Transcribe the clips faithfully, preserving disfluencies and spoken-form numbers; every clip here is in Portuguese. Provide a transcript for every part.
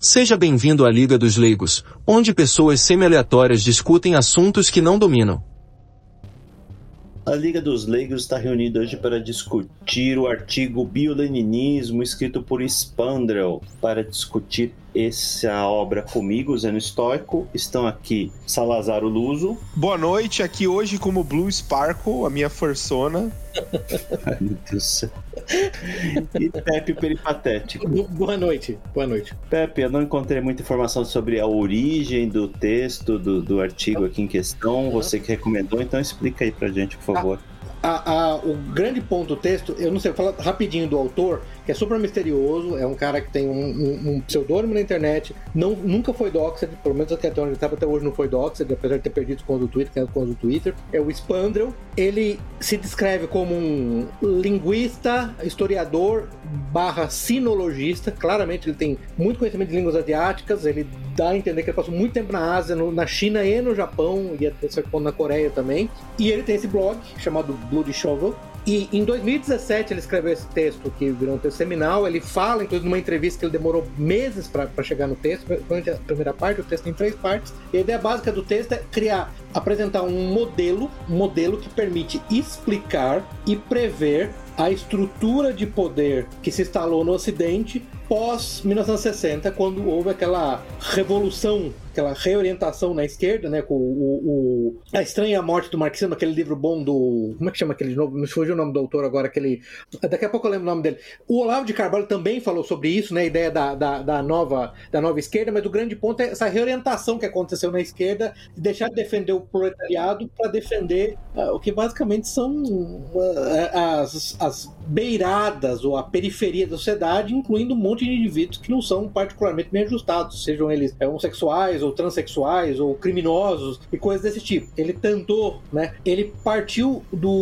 Seja bem-vindo à Liga dos Leigos, onde pessoas semi-aleatórias discutem assuntos que não dominam. A Liga dos Leigos está reunida hoje para discutir o artigo Bioleninismo, escrito por Spandrel. Para discutir essa obra comigo, Zeno Estoico, estão aqui Salazar Luso. Boa noite, aqui hoje como Blue Sparkle, a minha fursona. Ai, meu Deus do céu. E Pepe Peripatético. Boa noite, boa noite. Pepe, eu não encontrei muita informação sobre a origem do texto, do, do artigo aqui em questão. Você que recomendou, então explica aí pra gente, por favor. A, a, o grande ponto do texto, eu não sei, vou falar rapidinho do autor, que é super misterioso, é um cara que tem um, um, um pseudônimo na internet, não, nunca foi doxed, pelo menos até onde ele estava até hoje não foi doxed, apesar de ter perdido com o Twitter, que é com o Twitter, é o Spandrel. Ele se descreve como um linguista, historiador, barra sinologista, claramente ele tem muito conhecimento de línguas asiáticas, ele dá a entender que ele passou muito tempo na Ásia, no, na China e no Japão, e até certo ponto na Coreia também, e ele tem esse blog chamado Bloody Shovel. E em dois mil e dezessete ele escreveu esse texto que virou um texto seminal. Ele fala, inclusive, numa entrevista que ele demorou meses para chegar no texto. A primeira parte, o texto tem três partes. E a ideia básica do texto é criar, apresentar um modelo, um modelo que permite explicar e prever a estrutura de poder que se instalou no Ocidente pós mil novecentos e sessenta, quando houve aquela revolução, aquela reorientação na esquerda, né, com o, o, a estranha morte do marxismo, aquele livro bom do... Como é que chama aquele de novo? Me fugiu o nome do autor agora, aquele... Daqui a pouco eu lembro o nome dele. O Olavo de Carvalho também falou sobre isso, né, a ideia da, da, da, nova, da nova esquerda, mas o grande ponto é essa reorientação que aconteceu na esquerda, de deixar de defender o proletariado para defender uh, o que basicamente são uh, as, as beiradas ou a periferia da sociedade, incluindo um monte de indivíduos que não são particularmente bem ajustados, sejam eles homossexuais ou transexuais ou criminosos e coisas desse tipo. Ele tentou, né? Ele partiu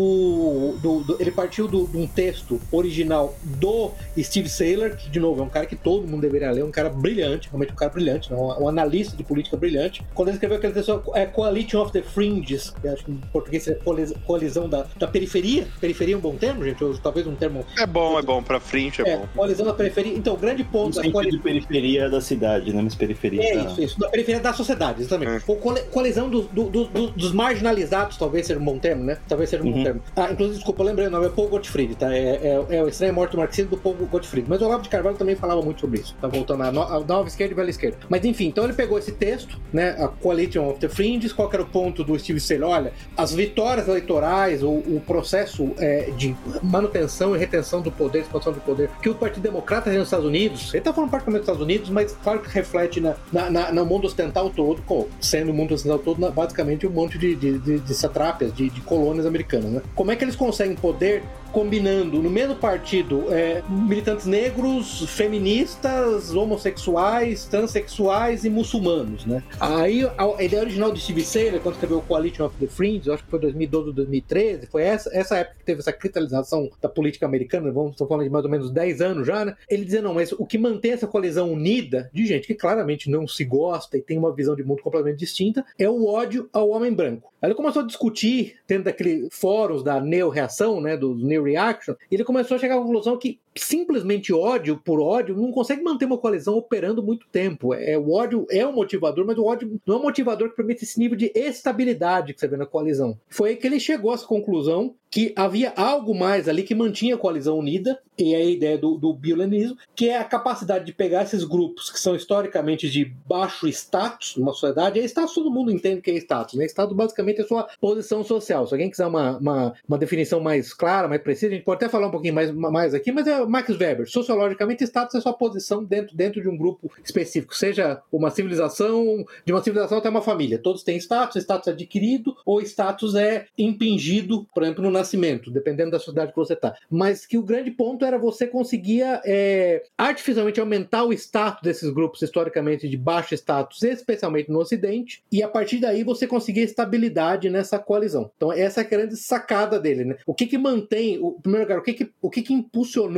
do, do, do ele partiu do, de um texto original do Steve Sailer, que de novo é um cara que todo mundo deveria ler, um cara brilhante, realmente um cara brilhante, né? um, um analista de política brilhante. Quando ele escreveu aquele texto, é Coalition of the Fringes, que acho que em português é coalizão da, da periferia. Periferia é um bom termo, gente? Ou talvez um termo... É bom, é bom, pra frente é, é bom. Coalizão da periferia. Então, o grande ponto... No sentido de periferia da cidade, né? Mas periferia... É da... isso, isso. Da periferia da sociedade, exatamente. Ou é. coalizão do, do, do, do, dos marginalizados, talvez seja um bom termo, né? Talvez seja um uhum. bom termo. Ah, inclusive, desculpa, eu lembrei o nome, é Paul Gottfried, tá? É, é, é o Estranha Morte do Marxismo do Paul Gottfried. Mas o Olavo de Carvalho também falava muito sobre isso. Tá voltando à no, nova esquerda e velha esquerda. Mas enfim, então ele pegou esse texto, né? A Coalition of the Fringes, qual que era o ponto do Steve Sailer? Olha, as vitórias eleitorais, o, o processo é, de manutenção e retenção do poder, expansão do poder, que o Partido Democrata tem nos Estados Unidos, ele tá falando particularmente dos Estados Unidos, mas claro que reflete na, na, na, no mundo ocidental todo, sendo o mundo ocidental todo basicamente um monte de, de, de, de satrápias, de, de colônias americanas, né? Como é que eles conseguem poder combinando no mesmo partido é, militantes negros, feministas, homossexuais, transexuais e muçulmanos, né? Aí a ideia original do Steve Sailer, quando escreveu o Coalition of the Fringes, acho que foi dois mil e doze ou dois mil e treze, foi essa, essa época que teve essa cristalização da política americana, vamos, estamos falando de mais ou menos dez anos já, né? Ele dizia, não, mas o que mantém essa coalizão unida, de gente que claramente não se gosta e tem uma visão de mundo completamente distinta, é o ódio ao homem branco. Aí ele começou a discutir, dentro daquele fóruns da neo-reação, né, do neo-reaction, ele começou a chegar à conclusão que simplesmente ódio por ódio não consegue manter uma coalizão operando muito tempo. É, o ódio é um motivador, mas o ódio não é um motivador que permite esse nível de estabilidade que você vê na coalizão. Foi aí que ele chegou a essa conclusão que havia algo mais ali que mantinha a coalizão unida, e é a ideia do, do bioleninismo, que é a capacidade de pegar esses grupos que são historicamente de baixo status numa sociedade. E status todo mundo entende que é status, né? Status basicamente é a sua posição social. Se alguém quiser uma, uma, uma definição mais clara, mais precisa, a gente pode até falar um pouquinho mais, mais aqui, mas é Max Weber. Sociologicamente, status é a sua posição dentro, dentro de um grupo específico, seja uma civilização, de uma civilização até uma família. Todos têm status, status adquirido ou status é impingido, por exemplo, no nascimento, dependendo da sociedade que você está. Mas que o grande ponto era você conseguia é, artificialmente aumentar o status desses grupos historicamente de baixo status, especialmente no Ocidente, e a partir daí você conseguia estabilidade nessa coalizão. Então essa é a grande sacada dele, né? O que que mantém, o, em primeiro lugar, o que que, o que que impulsionou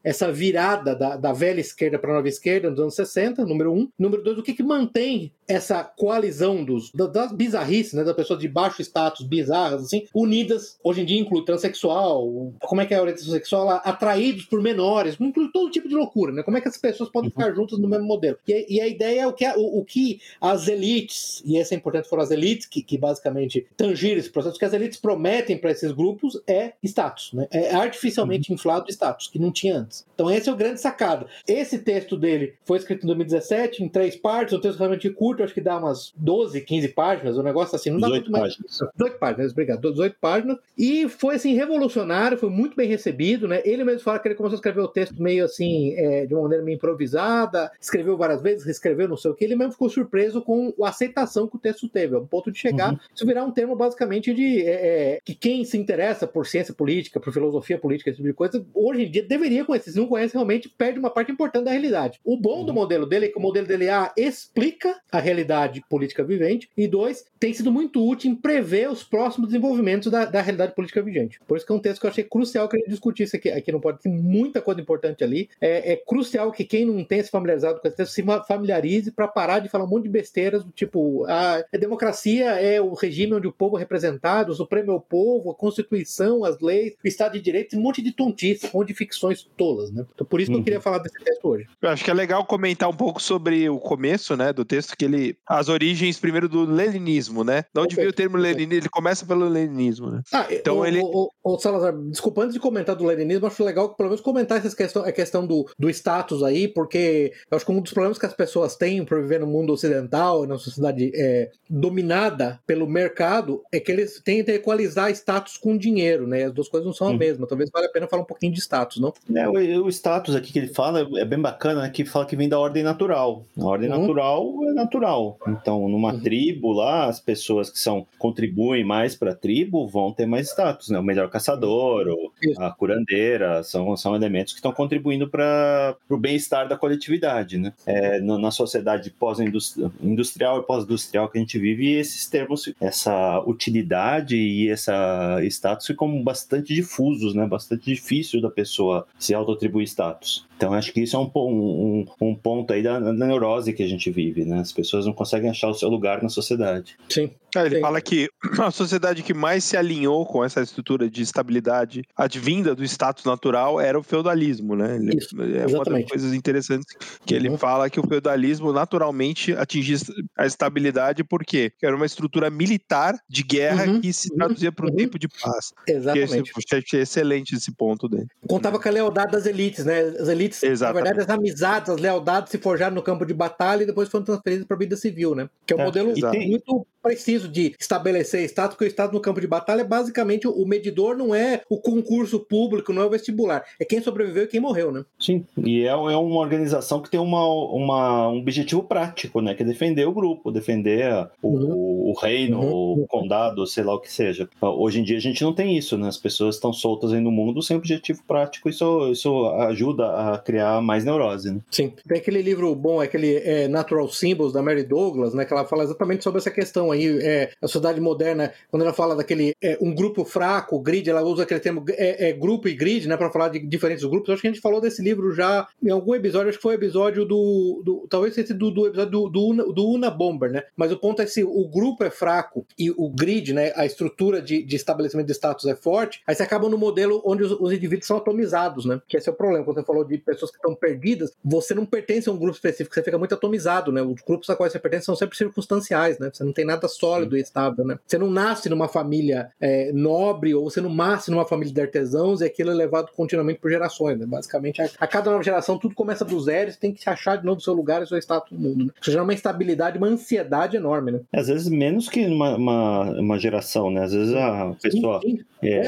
essa virada da, da velha esquerda para a nova esquerda nos anos sessenta, número um. Número dois, o que, que mantém essa coalizão dos, das bizarrices, né, das pessoas de baixo status, bizarras, assim, unidas, hoje em dia inclui transexual, como é que é a orientação sexual, atraídos por menores, inclui todo tipo de loucura, né? Como é que as pessoas podem ficar juntas no mesmo modelo? E, e a ideia é o que, o, o que as elites, e esse é importante, foram as elites que, que basicamente tangiram esse processo, que as elites prometem para esses grupos é status, né? É artificialmente uhum. inflado de status, que não tinha antes. Então esse é o grande sacado. Esse texto dele foi escrito em dois mil e dezessete, em três partes, um texto realmente curto, acho que dá umas doze, quinze páginas, um negócio assim, não dá muito mais. dezoito páginas, obrigado, dezoito páginas, e foi assim, revolucionário, foi muito bem recebido, né? Ele mesmo fala que ele começou a escrever o texto meio assim, é, de uma maneira meio improvisada, escreveu várias vezes, reescreveu, não sei o que, ele mesmo ficou surpreso com a aceitação que o texto teve, ao ponto de chegar, uhum. isso virar um termo basicamente de é, é, que quem se interessa por ciência política, por filosofia política, esse tipo de coisa, hoje em dia deveria conhecer, se não conhece realmente, perde uma parte importante da realidade. O bom uhum. do modelo dele é que o modelo dele, A, explica a realidade política vivente, e dois, tem sido muito útil em prever os próximos desenvolvimentos da, da realidade política vigente. Por isso que é um texto que eu achei crucial que a gente discutisse aqui, aqui não pode ter muita coisa importante ali. É, é crucial que quem não tenha se familiarizado com esse texto se familiarize para parar de falar um monte de besteiras do tipo, a, a democracia é o regime onde o povo é representado, o Supremo é o povo, a Constituição, as leis, o Estado de Direito, um monte de tontice, um monte de ficções tolas, né? Então por isso que uhum. eu queria falar desse texto hoje. Eu acho que é legal comentar um pouco sobre o começo, né, do texto, que ele, as origens primeiro do leninismo, né? De onde veio o termo leninismo? Ele começa pelo leninismo, né? Ah, então o, ele... O, o, o Salazar, desculpa, antes de comentar do leninismo, acho legal pelo menos comentar essa questão, a questão do, do status aí, porque eu acho que um dos problemas que as pessoas têm por viver no mundo ocidental, na sociedade é, dominada pelo mercado, é que eles tentam equalizar status com dinheiro, né? As duas coisas não são a mesma. Talvez valha a pena falar um pouquinho de status, não? É, o, o status aqui que ele fala é bem bacana, né? Que fala que vem da ordem natural. A ordem uhum. natural é natural. Então, numa uhum. tribo lá, as pessoas que são, contribuem mais para a tribo vão ter mais status, né? O melhor caçador, ou a curandeira, são, são elementos que estão contribuindo para o bem-estar da coletividade, né? É, no, na sociedade pós-industrial e pós-industrial que a gente vive, esses termos, essa utilidade e essa status ficam bastante difusos, né? Bastante difícil da pessoa se auto-atribuir status. Então, acho que isso é um, um, um ponto aí da, da neurose que a gente vive, né? As pessoas não conseguem achar o seu lugar na sociedade. Sim. É, ele Sim. fala que a sociedade que mais se alinhou com essa estrutura de estabilidade advinda do status natural era o feudalismo, né? Ele, isso, é uma das coisas interessantes que uhum. ele fala que o feudalismo naturalmente atingia a estabilidade porque era uma estrutura militar de guerra uhum. que se traduzia para o uhum. tempo de paz. Exatamente. Que é, é excelente esse ponto dele. Contava com a lealdade das elites, né? As elites, Exatamente. na verdade, as amizades, as lealdades se forjaram no campo de batalha e depois foram transferidas para a vida civil, né? Que é um é, modelo tem... muito preciso de estabelecer status, porque o status no campo de batalha é basicamente o medidor, não é o concurso público, não é o vestibular, é quem sobreviveu e quem morreu, né? Sim, e é, é uma organização que tem uma, uma, um objetivo prático, né? Que é defender o grupo, defender o, uhum. o reino, uhum. o condado, sei lá o que seja. Hoje em dia a gente não tem isso, né? As pessoas estão soltas aí no mundo sem objetivo prático, isso, isso ajuda a criar mais neurose, né? Sim, tem aquele livro bom, aquele é, Natural Symbols, da Mary Douglas, né? Que ela fala exatamente sobre essa questão aí, é, a sociedade moderna, quando ela fala daquele é, um grupo fraco, grid, ela usa aquele termo é, é, grupo e grid, né, para falar de diferentes grupos. Eu acho que a gente falou desse livro já em algum episódio, acho que foi o episódio do, do talvez esse do, do episódio do, do, Una, do Una Bomber, né, mas o ponto é que se o grupo é fraco e o grid, né, a estrutura de, de estabelecimento de status é forte, aí você acaba no modelo onde os, os indivíduos são atomizados, né, que esse é o problema, quando você falou de pessoas que estão perdidas, você não pertence a um grupo específico, você fica muito atomizado, né, os grupos a quais você pertence são sempre circunstanciais, né, você não tem nada sólido Sim. e estável, né? Você não nasce numa família é, nobre ou você não nasce numa família de artesãos e aquilo é levado continuamente por gerações, né? Basicamente, a, a cada nova geração tudo começa do zero e você tem que se achar de novo o seu lugar e o seu status no mundo, né? Isso gera uma instabilidade, uma ansiedade enorme, né? Às vezes menos que uma, uma, uma geração, né? Às vezes a pessoa sim, sim.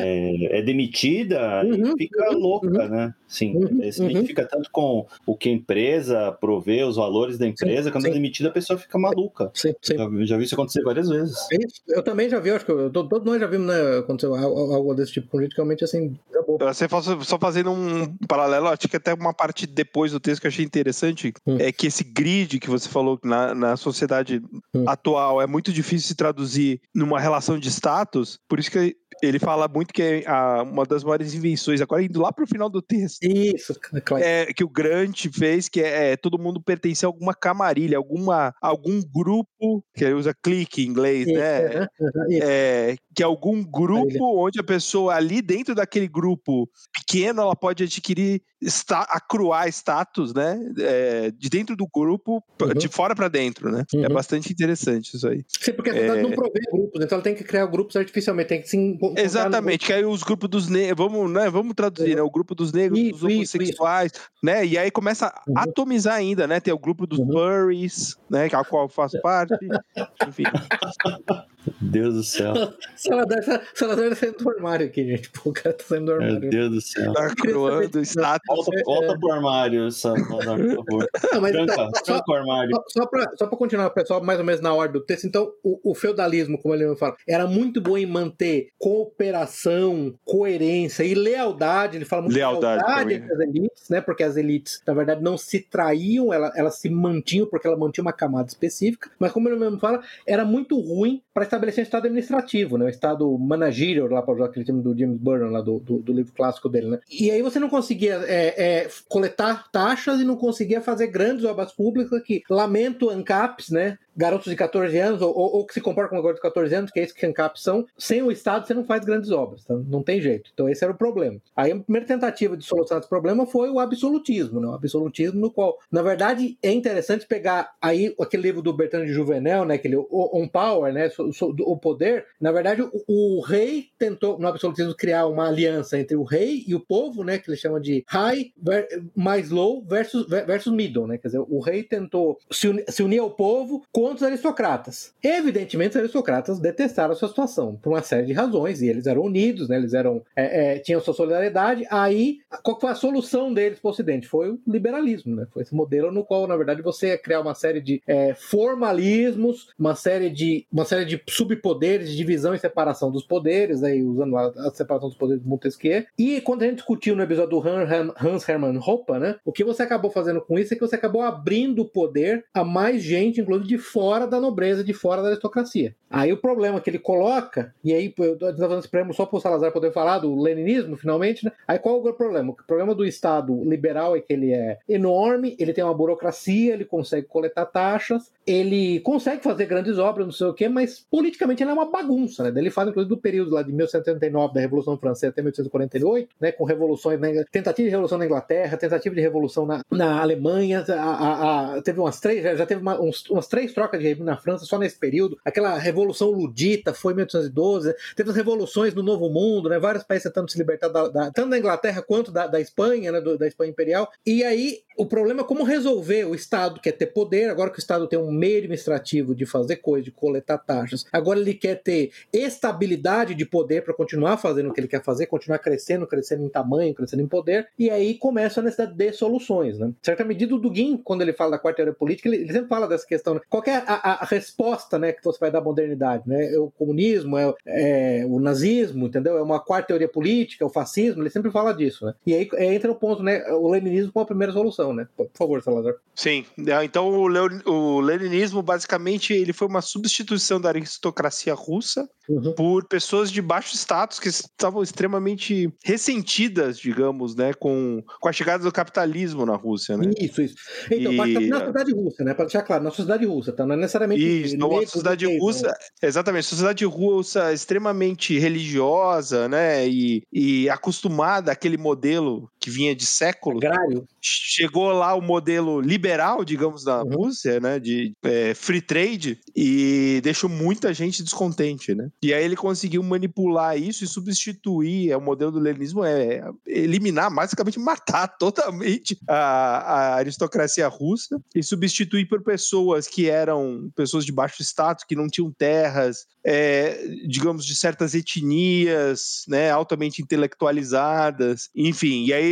É, é demitida uhum, e fica uhum, louca, uhum. né? Sim, uhum, se identifica uhum. tanto com o que a empresa provê, os valores da empresa, sim, quando sim. é demitida a pessoa fica maluca. Sim, sim. Já, já vi isso acontecer várias vezes. Eu também já vi, acho que eu, todos nós já vimos, né, aconteceu algo desse tipo com gente que realmente assim, acabou. Você só fazendo um paralelo, acho que até uma parte depois do texto que eu achei interessante, hum. é que esse grid que você falou que na, na sociedade hum. atual é muito difícil se traduzir numa relação de status, por isso que ele fala muito que a, uma das maiores invenções, agora indo lá pro final do texto, isso, claro. é, que o Grant fez, que é, é todo mundo pertencer a alguma camarilha, alguma, algum grupo, que ele usa clique em inglês, isso, né? Uh-huh, uh-huh, é, que é algum grupo onde a pessoa ali dentro daquele grupo pequeno, ela pode adquirir, esta, acruar status, né? É, de dentro do grupo, uhum. de fora para dentro, né? Uhum. É bastante interessante isso aí. Sim, porque a sociedade é... não provê grupos, então ela tem que criar grupos artificialmente, tem que se Exatamente, que aí os grupos dos negros, vamos, né, vamos traduzir, uhum. né? O grupo dos negros, isso, dos homossexuais, isso, isso. né? E aí começa a uhum. atomizar ainda, né? Tem o grupo dos uhum. furries, né? Que é o qual eu faço parte. Enfim. Deus do céu. Salazar tá saindo do armário aqui, gente. Pô, o cara tá saindo do armário. Meu Deus do céu. Tá croando status. Volta, volta pro armário, Salazar, por favor. Não, mas tranca, então, tranca só, o armário. Só, só, pra, só pra continuar, pessoal, mais ou menos na ordem do texto. Então, o, o feudalismo, como ele me fala, era muito bom em manter cooperação, coerência e lealdade. Ele fala muito lealdade, de lealdade entre as elites, né? Porque as elites, na verdade, não se traíam, elas, elas se mantinham porque ela mantinha uma camada específica. Mas, como ele mesmo fala, era muito ruim para estabelecer um estado administrativo, né? O estado managerial, lá para usar aquele termo do James Burnham, lá do, do, do livro clássico dele, né? E aí você não conseguia é, é, coletar taxas e não conseguia fazer grandes obras públicas que, lamento, ANCAPs, né? Garotos de catorze anos, ou, ou que se comportam com garotos de catorze anos, que é isso que ANCAPs são, sem o Estado você não faz grandes obras, tá? Não tem jeito. Então esse era o problema. Aí a primeira tentativa de solucionar esse problema foi o absolutismo, né? O absolutismo no qual, na verdade, é interessante pegar aí aquele livro do Bertrand de Juvenel, né? Aquele On Power, né? O poder. Na verdade, o, o rei tentou, no absolutismo, criar uma aliança entre o rei e o povo, né? Que ele chama de high ver, mais low versus, versus middle, né? Quer dizer, o rei tentou se unir, se unir ao povo contra os aristocratas. Evidentemente, os aristocratas detestaram a sua situação por uma série de razões, e eles eram unidos, né? Eles eram, é, é, tinham sua solidariedade. Aí, qual foi a solução deles para o Ocidente? Foi o liberalismo, né? Foi esse modelo no qual, na verdade, você ia criar uma série de é, formalismos, uma série de, uma série de subpoderes, de divisão e separação dos poderes, aí, usando a, a separação dos poderes de Montesquieu. E quando a gente discutiu no episódio do Hans Hermann Hoppe, né? O que você acabou fazendo com isso é que você acabou abrindo o poder a mais gente, inclusive de fora da nobreza, de fora da aristocracia. Aí o problema que ele coloca, e aí eu estou dando esse prêmio só para o Salazar poder falar do leninismo, finalmente, né? Aí qual é o problema? O problema do Estado liberal é que ele é enorme, ele tem uma burocracia, ele consegue coletar taxas, ele consegue fazer grandes obras, não sei o quê, mas politicamente ele é uma bagunça, né? Ele fala, inclusive, do período lá de mil oitocentos e setenta e nove, da Revolução Francesa até mil oitocentos e quarenta e oito, né? Com revoluções, né? Tentativa de revolução na Inglaterra, tentativa de revolução na, na Alemanha, a, a, a, teve umas três, já, já teve uma, uns, umas três trocas de regime na França só nesse período. Aquela Revolução Ludita foi em mil oitocentos e doze, teve as revoluções no Novo Mundo, né? Vários países tentando se libertar da, da, tanto da Inglaterra quanto da, da Espanha, né? Do, da Espanha Imperial. E aí o problema é como resolver. O Estado quer ter poder, agora que o Estado tem um meio administrativo de fazer coisa, de coletar taxas, agora ele quer ter estabilidade de poder para continuar fazendo o que ele quer fazer, continuar crescendo, crescendo em tamanho, crescendo em poder, e aí começa a necessidade de soluções, né? Certa medida, o Dugin, quando ele fala da quarta teoria política, ele, ele sempre fala dessa questão, né? Qual que é a, a resposta, né, que você vai dar à modernidade, né? É o comunismo, é, é o nazismo, entendeu? É uma quarta teoria política, é o fascismo, ele sempre fala disso, né? E aí entra no ponto, né, o leninismo como a primeira solução, né? Por favor, Salazar. Sim, então o, Leo, o leninismo, basicamente, ele foi uma substituição da aristocracia russa uhum. por pessoas de baixo status que estavam extremamente ressentidas, digamos, né, com, com a chegada do capitalismo na Rússia, né? Isso, isso. Então, e... na sociedade russa, né? Para deixar claro, na sociedade russa, tá? Não é necessariamente... Isso, então, a sociedade russa, né? Exatamente, a sociedade russa extremamente religiosa, né, e, e acostumada àquele modelo que vinha de séculos. Agrário. Chegou lá o modelo liberal, digamos, da uhum. Rússia, né, de é, free trade, e deixou muita gente descontente, né? E aí ele conseguiu manipular isso e substituir, é, o modelo do leninismo é eliminar, basicamente matar totalmente a, a aristocracia russa e substituir por pessoas que eram pessoas de baixo status, que não tinham terras, é, digamos, de certas etnias, né, altamente intelectualizadas, enfim, e aí ele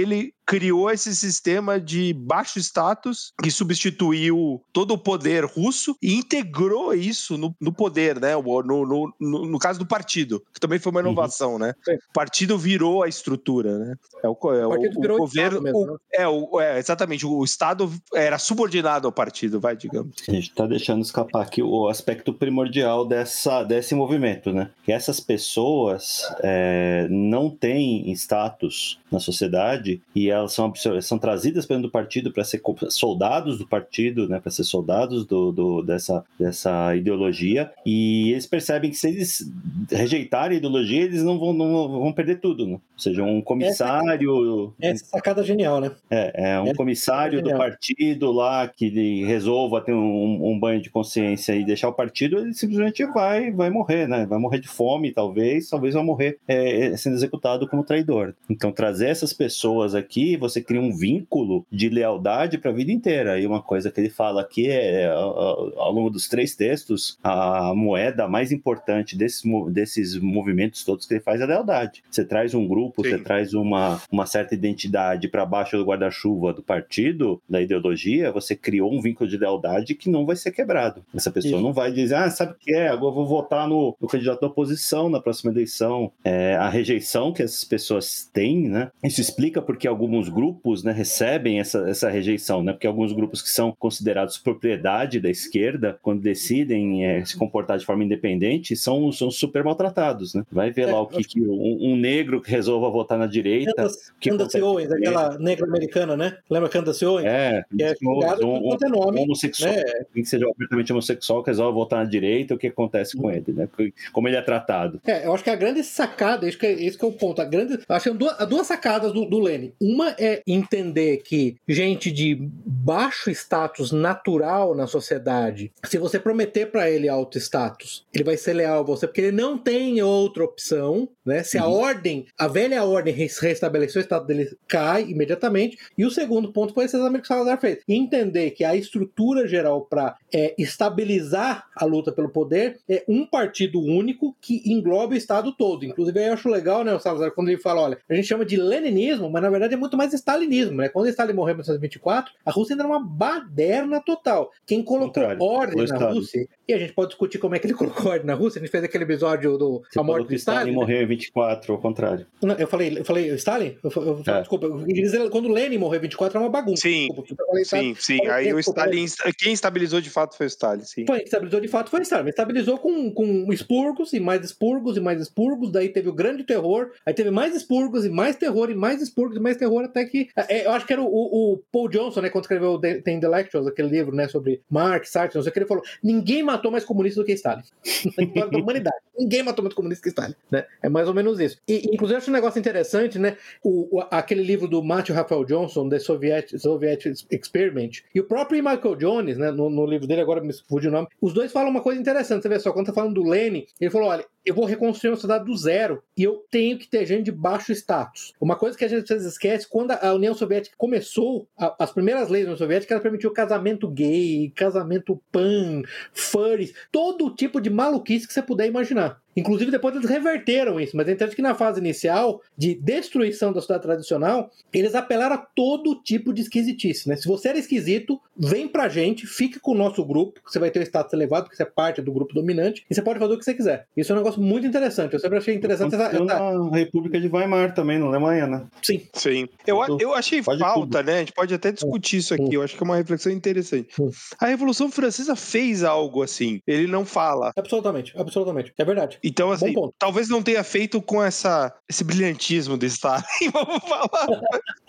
criou esse sistema de baixo status que substituiu todo o poder russo e integrou isso no, no poder, né? No, no, no, no caso do partido, que também foi uma inovação, uhum. né? Sim. O partido virou a estrutura, né? É o, é o, o, o governo. Mesmo, né? o, é, o, é, exatamente, o Estado era subordinado ao partido, vai, digamos. A gente está deixando escapar aqui o aspecto primordial dessa, desse movimento, né? Que essas pessoas é, não têm status na sociedade e elas são, são trazidas para dentro do partido para ser soldados do partido, né? Para ser soldados do, do, dessa, dessa ideologia, e eles percebem que se eles rejeitarem a ideologia, eles não vão, não vão perder tudo, né? Ou seja, um comissário... Essa, essa sacada genial, né? É, é um essa comissário do partido lá que ele resolva ter um, um banho de consciência e deixar o partido, ele simplesmente vai, vai morrer, né? Vai morrer de fome, talvez, talvez vai morrer é, sendo executado como traidor. Então, trazer essas pessoas aqui, você cria um vínculo de lealdade para a vida inteira. E uma coisa que ele fala aqui é, ao longo dos três textos, a moeda mais importante desses, desses movimentos todos que ele faz é a lealdade. Você traz um grupo, Sim. você traz uma, uma certa identidade para baixo do guarda-chuva do partido, da ideologia, você criou um vínculo de lealdade que não vai ser quebrado. Essa pessoa Isso. não vai dizer, ah, sabe o que é? Agora eu vou votar no, no candidato da oposição na próxima eleição. É, a rejeição que essas pessoas têm, né? Isso explica porque alguns grupos, né, recebem essa, essa rejeição, né? Porque alguns grupos que são considerados propriedade da esquerda, quando decidem é, se comportar de forma independente, são, são super maltratados, né? Vai ver é, lá o que, que um, um negro que resolva votar na direita... Candace, que Candace Owens, aquela negra americana, né? Lembra Candace Owens? É, que é um, um, um homossexual, né? Que seja abertamente homossexual, que resolve votar na direita, o que acontece com ele, né? Como ele é tratado. É, eu acho que a grande sacada, esse que é, esse que é o ponto, a grande, acho que duas, duas sacadas do, do Lenin. Uma é entender que gente de baixo status natural na sociedade, se você prometer para ele alto status, ele vai ser leal a você, porque ele não tem outra opção, né? Se uhum. a ordem, a velha ordem restabeleceu, o estado dele cai imediatamente. E o segundo ponto foi exatamente o que o Salazar fez. Entender que a estrutura geral para é, estabilizar a luta pelo poder é um partido único que engloba o Estado todo. Inclusive, eu acho legal, né, o Salazar, quando ele fala, olha, a gente chama de leninismo, mas na verdade é muito mais stalinismo, né? Quando Stalin morreu em mil novecentos e vinte e quatro, a Rússia ainda era uma baderna total. Quem colocou Contrário, ordem na Rússia, e a gente pode discutir como é que ele colocou ordem na Rússia, a gente fez aquele episódio do Você A Morte do Stalin. Stalin morreu em vinte e quatro, ao contrário. Não, eu falei, eu falei Stalin? Eu, eu, é. Desculpa, eu, quando o Lenin morreu em vinte e quatro era uma bagunça. Sim, desculpa, falei, sim, sim. Falei, Aí o Stalin, quem estabilizou de fato foi o Stalin, sim. Foi, estabilizou de fato foi o Stalin, mas estabilizou com, com expurgos e mais expurgos e mais expurgos, daí teve o grande terror, aí teve mais expurgos e mais terror e mais expurgos e mais terror, até que, é, eu acho que era o, o, o Paul Johnson, né, quando escreveu o The Intellectuals, aquele livro, né, sobre Marx, Sartre, não sei o que, ele falou, ninguém matou mais comunista do que Stalin. Na história da humanidade. Ninguém matou mais comunista que Stalin, né? É mais ou menos isso. E, inclusive, eu acho um negócio interessante, né, o, o, aquele livro do Matthew Raphael Johnson, The Soviet, Soviet Experiment, e o próprio Michael Jones, né, no, no livro dele, agora me fugiu o nome, os dois falam uma coisa interessante, você vê só, quando tá falando do Lenin, ele falou, olha, eu vou reconstruir uma sociedade do zero e eu tenho que ter gente de baixo status. Uma coisa que a gente às vezes esquece, quando a União Soviética começou, a, as primeiras leis da União Soviética, ela permitiu casamento gay, casamento pan, furries, todo tipo de maluquice que você puder imaginar. Inclusive, depois eles reverteram isso, mas é interessante que na fase inicial de destruição da sociedade tradicional, eles apelaram a todo tipo de esquisitice, né? Se você era esquisito, vem pra gente, fique com o nosso grupo, que você vai ter o status elevado, porque você é parte do grupo dominante, e você pode fazer o que você quiser. Isso é um negócio muito interessante. Eu sempre achei interessante essa... essa... na República de Weimar também, na Alemanha, né? Sim. Sim. Eu, eu achei pode falta, tudo. né? A gente pode até discutir isso aqui. Eu acho que é uma reflexão interessante. A Revolução Francesa fez algo assim. Ele não fala. Absolutamente. Absolutamente. É verdade. Então, assim, talvez não tenha feito com essa, esse brilhantismo de Stalin, vamos falar.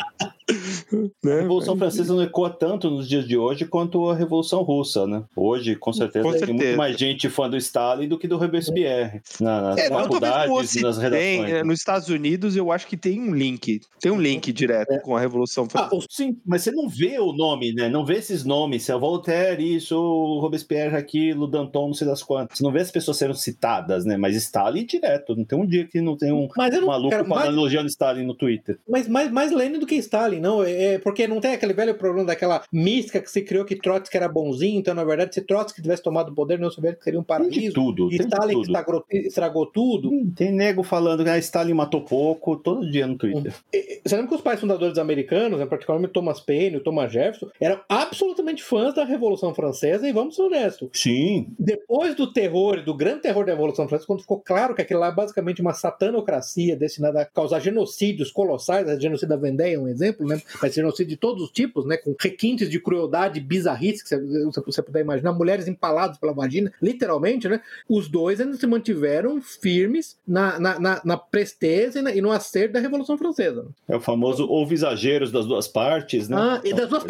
Né? A Revolução Francesa não ecoa tanto nos dias de hoje quanto a Revolução Russa, né? Hoje, com certeza, com certeza. tem muito mais gente fã do Stalin do que do Robespierre. Na, nas é, faculdades, nas redações. Tem, né? Nos Estados Unidos, eu acho que tem um link. Tem um link direto é. com a Revolução Francesa. Ah, sim, mas você não vê o nome, né? Não vê esses nomes. Se é Voltaire, isso, Robespierre, aquilo, Danton, não sei das quantas. Você não vê as pessoas sendo citadas, né? Mas Stalin direto. Não tem um dia que não tem um não, maluco cara, falando elogiando Stalin no Twitter. Mas mais, mais Lenin do que Stalin, não? é porque não tem aquele velho problema daquela mística que se criou que Trotsky era bonzinho, então na verdade se Trotsky tivesse tomado o poder, não soviético seria um paraíso. Tem de tudo. E Tem Stalin de que tudo. estragou, estragou tudo. Hum, Tem nego falando que a Stalin matou pouco todo dia no Twitter. E- Você lembra que os pais fundadores americanos, né, particularmente Thomas Paine e Thomas Jefferson, eram absolutamente fãs da Revolução Francesa, e vamos ser honestos. Sim. Depois do terror, do grande terror da Revolução Francesa, quando ficou claro que aquilo lá é basicamente uma satanocracia destinada a causar genocídios colossais, a genocídio da Vendée é um exemplo, né? Mas genocídio de todos os tipos, né? Com requintes de crueldade bizarrice, que você, você puder imaginar, mulheres empaladas pela vagina, literalmente, né? Os dois ainda se mantiveram firmes na, na, na, na presteza e, na, e no acerto da Revolução Francesa. É o famoso houve exageros das duas partes, né? Ah, e das duas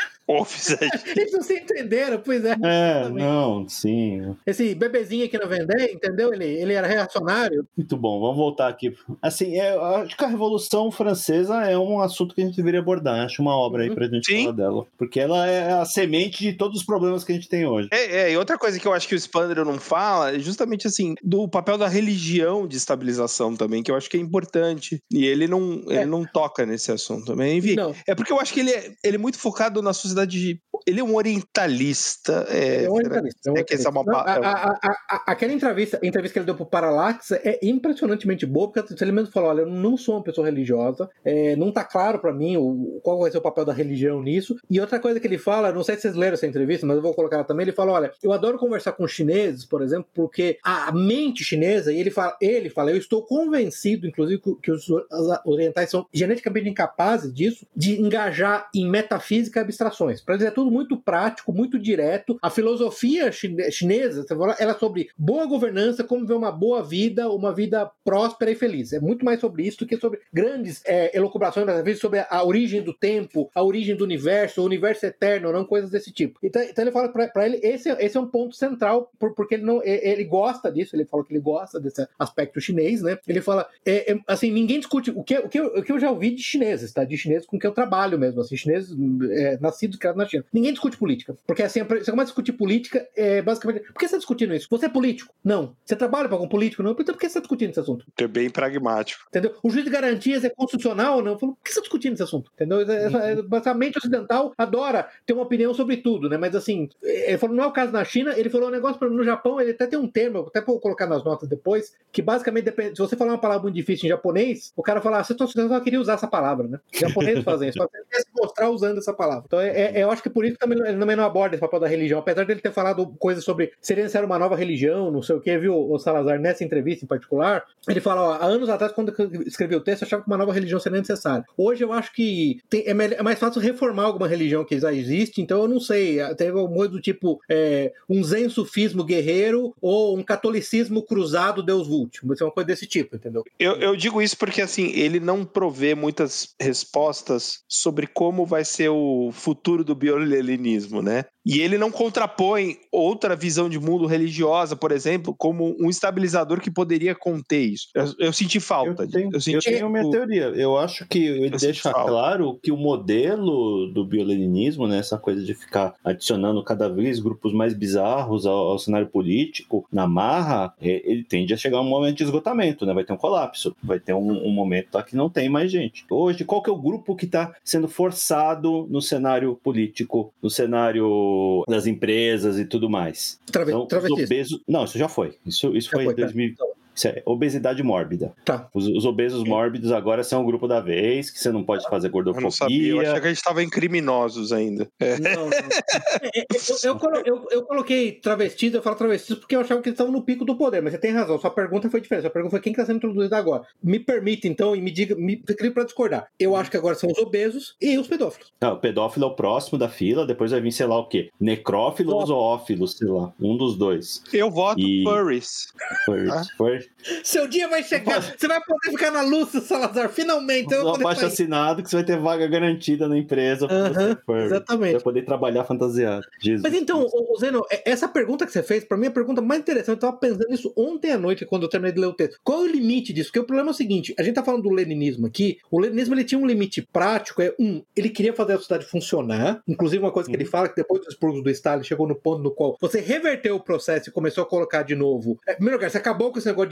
Eles não se entenderam, pois é. É, Também. não, sim. Esse bebezinho aqui na Vendée, entendeu? Ele, ele era reacionário. Muito bom, vamos voltar aqui. Assim, é, eu acho que a Revolução Francesa é um assunto que a gente deveria abordar. Acho uma obra aí Uhum. pra gente Sim. falar dela. Porque ela é a semente de todos os problemas que a gente tem hoje. É, é, e outra coisa que eu acho que o Spandrel não fala é justamente assim, do papel da religião de estabilização também, que eu acho que é importante. E ele não, ele É. não toca nesse assunto também. Enfim, Não. é porque eu acho que ele é, ele é muito focado na sociedade. De, ele é um orientalista. É, É um será- orientalista. É um é que essa é uma orientalista. Não, pa- a- a- a- a- aquela entrevista, entrevista que ele deu pro Parallax é impressionantemente boa, porque ele mesmo falou: olha, eu não sou uma pessoa religiosa, é, não tá claro pra mim o, qual vai ser o papel da religião nisso. E outra coisa que ele fala, não sei se vocês leram essa entrevista, mas eu vou colocar ela também. Ele fala: olha, eu adoro conversar com chineses, por exemplo, porque a mente chinesa, e ele fala, ele fala, eu estou convencido, inclusive, que, que os orientais são geneticamente incapazes disso, de engajar em metafísica e abstrações. Para eles é tudo muito prático, muito direto. A filosofia chine- chinesa, ela é sobre boa governança, como ver uma boa vida, uma vida próspera e feliz. É muito mais sobre isso do que sobre grandes é, elucubrações, às vezes sobre a origem do tempo, a origem do universo, o universo eterno, não coisas desse tipo. Então, então ele fala para ele, esse, esse é um ponto central, por, porque ele não, ele gosta disso, ele falou que ele gosta desse aspecto chinês, né? Ele fala, é, é, assim, ninguém discute, o que, o, que eu, o que eu já ouvi de chineses, tá? De chineses com que eu trabalho mesmo, assim, chineses é, nascidos e criados na China. Ninguém discute política, porque assim, você começa a discutir política, é, basicamente, por que você está discutindo isso? Você é político? Não. Você trabalha para algum político? Não. Então por que você está discutindo esse assunto? É bem pragmático. Entendeu? O juiz de garantias é constitucional ou não? Eu falo, por que você está discutindo esse assunto? Entendeu? Uhum. A mente ocidental adora ter uma opinião sobre tudo, né? Mas assim, ele falou, não é o caso na China, ele falou um negócio no Japão, ele até tem um termo, até vou colocar nas notas depois, que basicamente depende, se você falar uma palavra muito difícil em japonês, o cara fala, ah, você só queria usar essa palavra, né? Os japoneses fazem isso, ele quer se mostrar usando essa palavra. Então é, é, eu acho que por isso que também, ele também não aborda esse papel da religião, apesar dele ter falado coisas sobre seria ser uma nova religião, não sei o que, viu, o Salazar, nessa entrevista em particular, ele fala, ó, há anos atrás, quando eu escrevi o texto, eu achava que uma nova religião seria necessária. Hoje eu acho que tem, é, melhor, é mais fácil reformar alguma religião que já existe, então eu não sei, teve um modo do tipo é, um zen sufismo guerreiro ou um catolicismo cruzado Deus vult, vai ser uma coisa desse tipo, entendeu? Eu, eu digo isso porque, assim, ele não provê muitas respostas sobre como vai ser o futuro do bioleninismo, né? E ele não contrapõe outra visão de mundo religiosa, por exemplo, como um estabilizador que poderia conter isso. Eu, eu senti falta. Eu tenho, eu senti, eu tenho minha o... teoria. Eu acho que ele eu deixa claro que o modelo do bioleninismo, né, essa coisa de ficar adicionando cada vez grupos mais bizarros ao, ao cenário político, na marra, ele tende a chegar a um momento de esgotamento, né? Vai ter um colapso, vai ter um, um momento lá que não tem mais gente. Hoje, qual que é o grupo que está sendo forçado no cenário político, no cenário das empresas e tudo mais? Trave, então, os obesos... Não, isso já foi. Isso, isso já foi em dois mil. Tá. Isso é obesidade mórbida. Tá. Os, os obesos é. mórbidos agora são o grupo da vez, que você não pode fazer gordofobia. Eu não sabia, eu achei que a gente estava em criminosos ainda. É. Não, não. eu, eu, eu, eu coloquei travestis, eu falo travestis porque eu achava que eles estavam no pico do poder, mas você tem razão, sua pergunta foi diferente. Sua pergunta foi quem está sendo introduzido agora. Me permite, então, e me diga, me escreve para discordar. Eu acho que agora são os obesos e os pedófilos. Não, o pedófilo é o próximo da fila, depois vai vir, sei lá o quê? Necrófilo ou zoófilo, sei lá. Um dos dois. Eu voto e... furries. Furries. Ah. Furries. Seu dia vai chegar, você vai poder ficar na luz, Salazar, finalmente. Eu vou abaixo assinado que você vai ter vaga garantida na empresa. Uh-huh, exatamente. Você vai poder trabalhar fantasiado. Jesus. Mas então, o Zeno, essa pergunta que você fez, pra mim, é a pergunta mais interessante. Eu tava pensando nisso ontem à noite, quando eu terminei de ler o texto. Qual é o limite disso? Porque o problema é o seguinte, a gente tá falando do leninismo aqui, o leninismo ele tinha um limite prático, é um, ele queria fazer a sociedade funcionar, inclusive uma coisa que uhum. ele fala, que depois dos expurgos do Stalin, chegou no ponto no qual você reverteu o processo e começou a colocar de novo. É, primeiro lugar, você acabou com esse negócio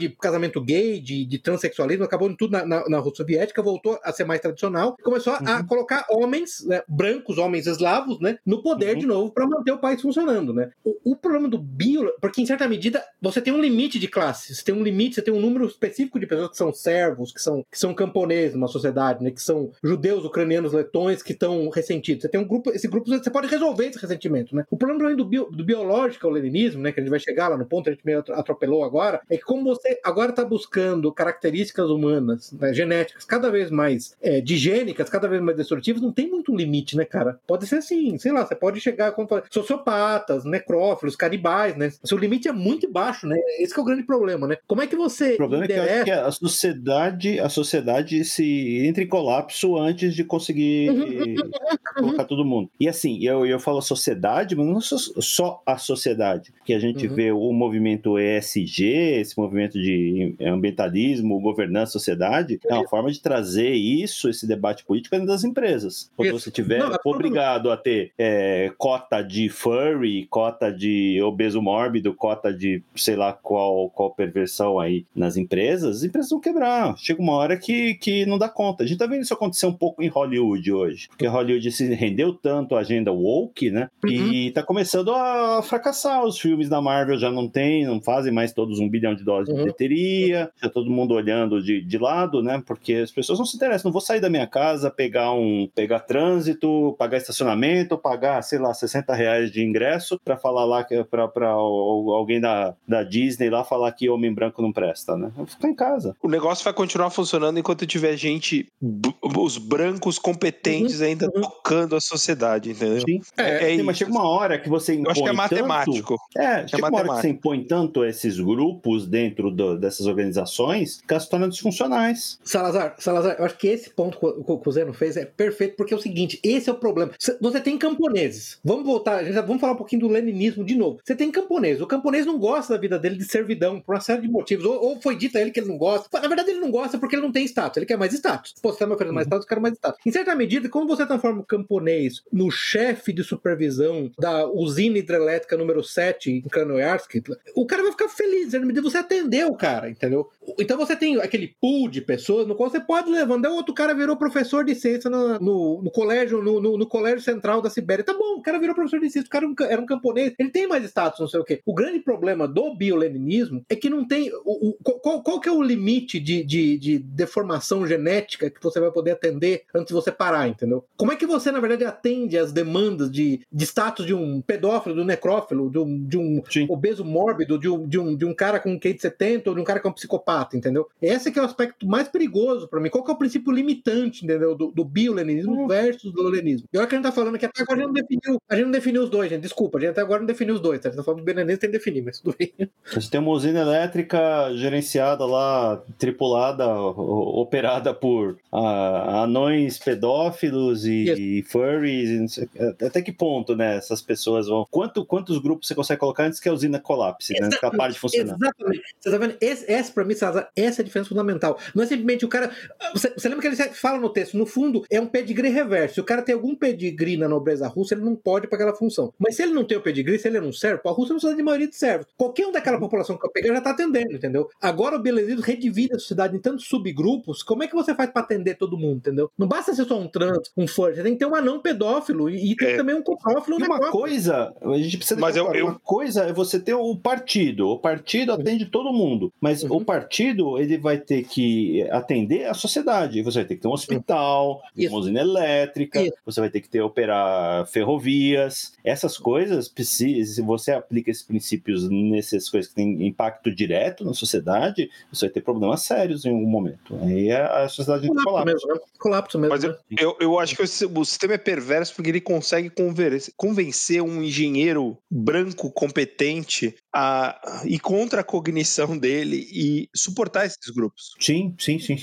de casamento gay, de, de transexualismo, acabou em tudo na, na, na Rússia Soviética, voltou a ser mais tradicional, e começou uhum. a colocar homens, né, brancos, homens eslavos, né, no poder uhum. de novo para manter o país funcionando, né. O, o problema do bio, porque em certa medida você tem um limite de classes, você tem um limite, você tem um número específico de pessoas que são servos, que são, que são camponeses numa sociedade, né, que são judeus, ucranianos, letões, que estão ressentidos. Você tem um grupo, esse grupo você pode resolver esse ressentimento, né. O problema do, bio, do biológico, o leninismo, né, que a gente vai chegar lá no ponto, a gente meio atropelou agora, é que como você agora está buscando características humanas, né, genéticas, cada vez mais é, digênicas, cada vez mais destrutivas, não tem muito limite, né, cara? Pode ser assim, sei lá, você pode chegar como sociopatas, necrófilos, canibais, né? O seu limite é muito baixo, né? Esse que é o grande problema, né? Como é que você O problema endereça... é que eu acho que a sociedade, a sociedade se entra em colapso antes de conseguir uhum, uhum, colocar uhum. todo mundo. E assim, eu, eu falo sociedade, mas não só a sociedade, que a gente uhum. vê o movimento E S G, esse movimento de ambientalismo, governança, sociedade, é uma forma de trazer isso, esse debate político dentro das empresas. Quando isso. você tiver não, obrigado a ter é, cota de furry, cota de obeso mórbido, cota de sei lá qual, qual perversão aí nas empresas, as empresas vão quebrar. Chega uma hora que, que não dá conta. A gente tá vendo isso acontecer um pouco em Hollywood hoje, porque Hollywood se rendeu tanto à agenda woke, né, uhum. e tá começando a fracassar. Os filmes da Marvel já não tem, não fazem mais todos um bilhão de dólares uhum. de bilheteria, tá todo mundo olhando de, de lado, né, porque as pessoas não se interessam. Não vou sair da minha casa, pegar um, pegar trânsito, pagar estacionamento, pagar, sei lá, sessenta reais de ingresso pra falar lá, que, pra, pra alguém da, da Disney lá falar que homem branco não presta, né? Eu vou ficar em casa. O negócio vai continuar funcionando enquanto tiver gente, os brancos competentes uhum, ainda uhum. tocando a sociedade, entendeu? Sim, é, é, é mas chega uma hora que você impõe. Eu acho que é matemático. Tanto, é, chega é uma hora que você impõe tanto esses grupos dentro do, dessas organizações que elas se tornam disfuncionais. Salazar, Salazar, eu acho que esse ponto que o Zeno fez é perfeito, porque é o seguinte, esse é o problema. Você tem camponeses. Vamos voltar, vamos falar um pouquinho do leninismo de novo. Você tem camponês. O camponês não gosta da vida dele de servidão por uma série de motivos. Ou, ou foi dito a ele que ele não gosta. Na verdade, ele não gosta porque ele não tem status. Ele quer mais status. Pô, você tá me oferecendo mais status, eu quero mais status. Em certa medida, como você transforma o camponês no chefe de supervisão da usina hidrelétrica número sete em Krasnoyarsk, o cara vai ficar feliz. Você atendeu o cara, entendeu? Então você tem aquele pool de pessoas no qual você pode levar. O outro cara virou professor de ciência no, no, no colégio, no, no, no colégio central da Sibéria. Tá bom, o cara virou professor de ciência, o cara era um camponês, ele tem mais status, não sei o quê. O grande problema do bioleninismo é que não tem... O, o, qual, qual que é o limite de, de, de deformação genética que você vai poder atender antes de você parar, entendeu? Como é que você, na verdade, atende às demandas de, de status de um pedófilo, de um necrófilo, de um, de um obeso mórbido, de um, de, um, de um cara com Q I de setenta ou de um cara que é um psicopata, entendeu? Esse que é o aspecto mais perigoso pra mim. Qual que é o princípio limitante, entendeu? Do, do bioleninismo uhum. versus do leninismo. E olha que a gente tá falando que até agora a gente não definiu, a gente não definiu os dois, gente. Desculpa, a gente até agora não definiu os dois, tá? A gente tá falando do bioleninismo, tem que definir, mas tudo bem. A gente tem uma usina elétrica gerenciada lá, tripulada, operada por ah, anões pedófilos e, e furries. E até que ponto, né, essas pessoas vão... Quanto, quantos grupos você consegue colocar antes que a usina colapse, né? Antes que ela pare de funcionar? Exatamente. Você tá vendo? Esse, essa, pra mim, Salazar, essa é a diferença fundamental. Não é simplesmente o cara... Você, você lembra que ele fala no texto, no fundo, é um pedigree reverso. Se o cara tem algum pedigree na nobreza russa, ele não pode para aquela função. Mas se ele não tem o pedigree, se ele não serve, a Rússia não precisa de maioria de servos. Qualquer um daquela população que eu pegar já tá atendendo, entendeu? Agora o bielorrusso redivide a sociedade em tantos subgrupos, como é que você faz para atender todo mundo, entendeu? Não basta ser só um trans, um furry, você tem que ter um anão pedófilo e, e tem é. também um coprófilo. E uma necrófilo. Coisa, a gente precisa mas eu, eu... uma coisa é você ter o partido. O partido atende todo mundo, mas uhum. o partido ele vai ter que atender a sociedade. Você vai ter que ter um hospital, uhum. uma usina elétrica, Isso. você vai ter que ter operar ferrovias. Essas coisas, se você aplica esses princípios nessas coisas que têm impacto direto na sociedade, você vai ter problemas sérios em algum momento. Aí a sociedade colapso colapsa. Mesmo, né? Colapso mesmo. Mas eu, eu, eu acho que o sistema é perverso porque ele consegue convencer um engenheiro branco competente a ir contra a cognição dele e suportar esses grupos. Sim, sim, sim, sim.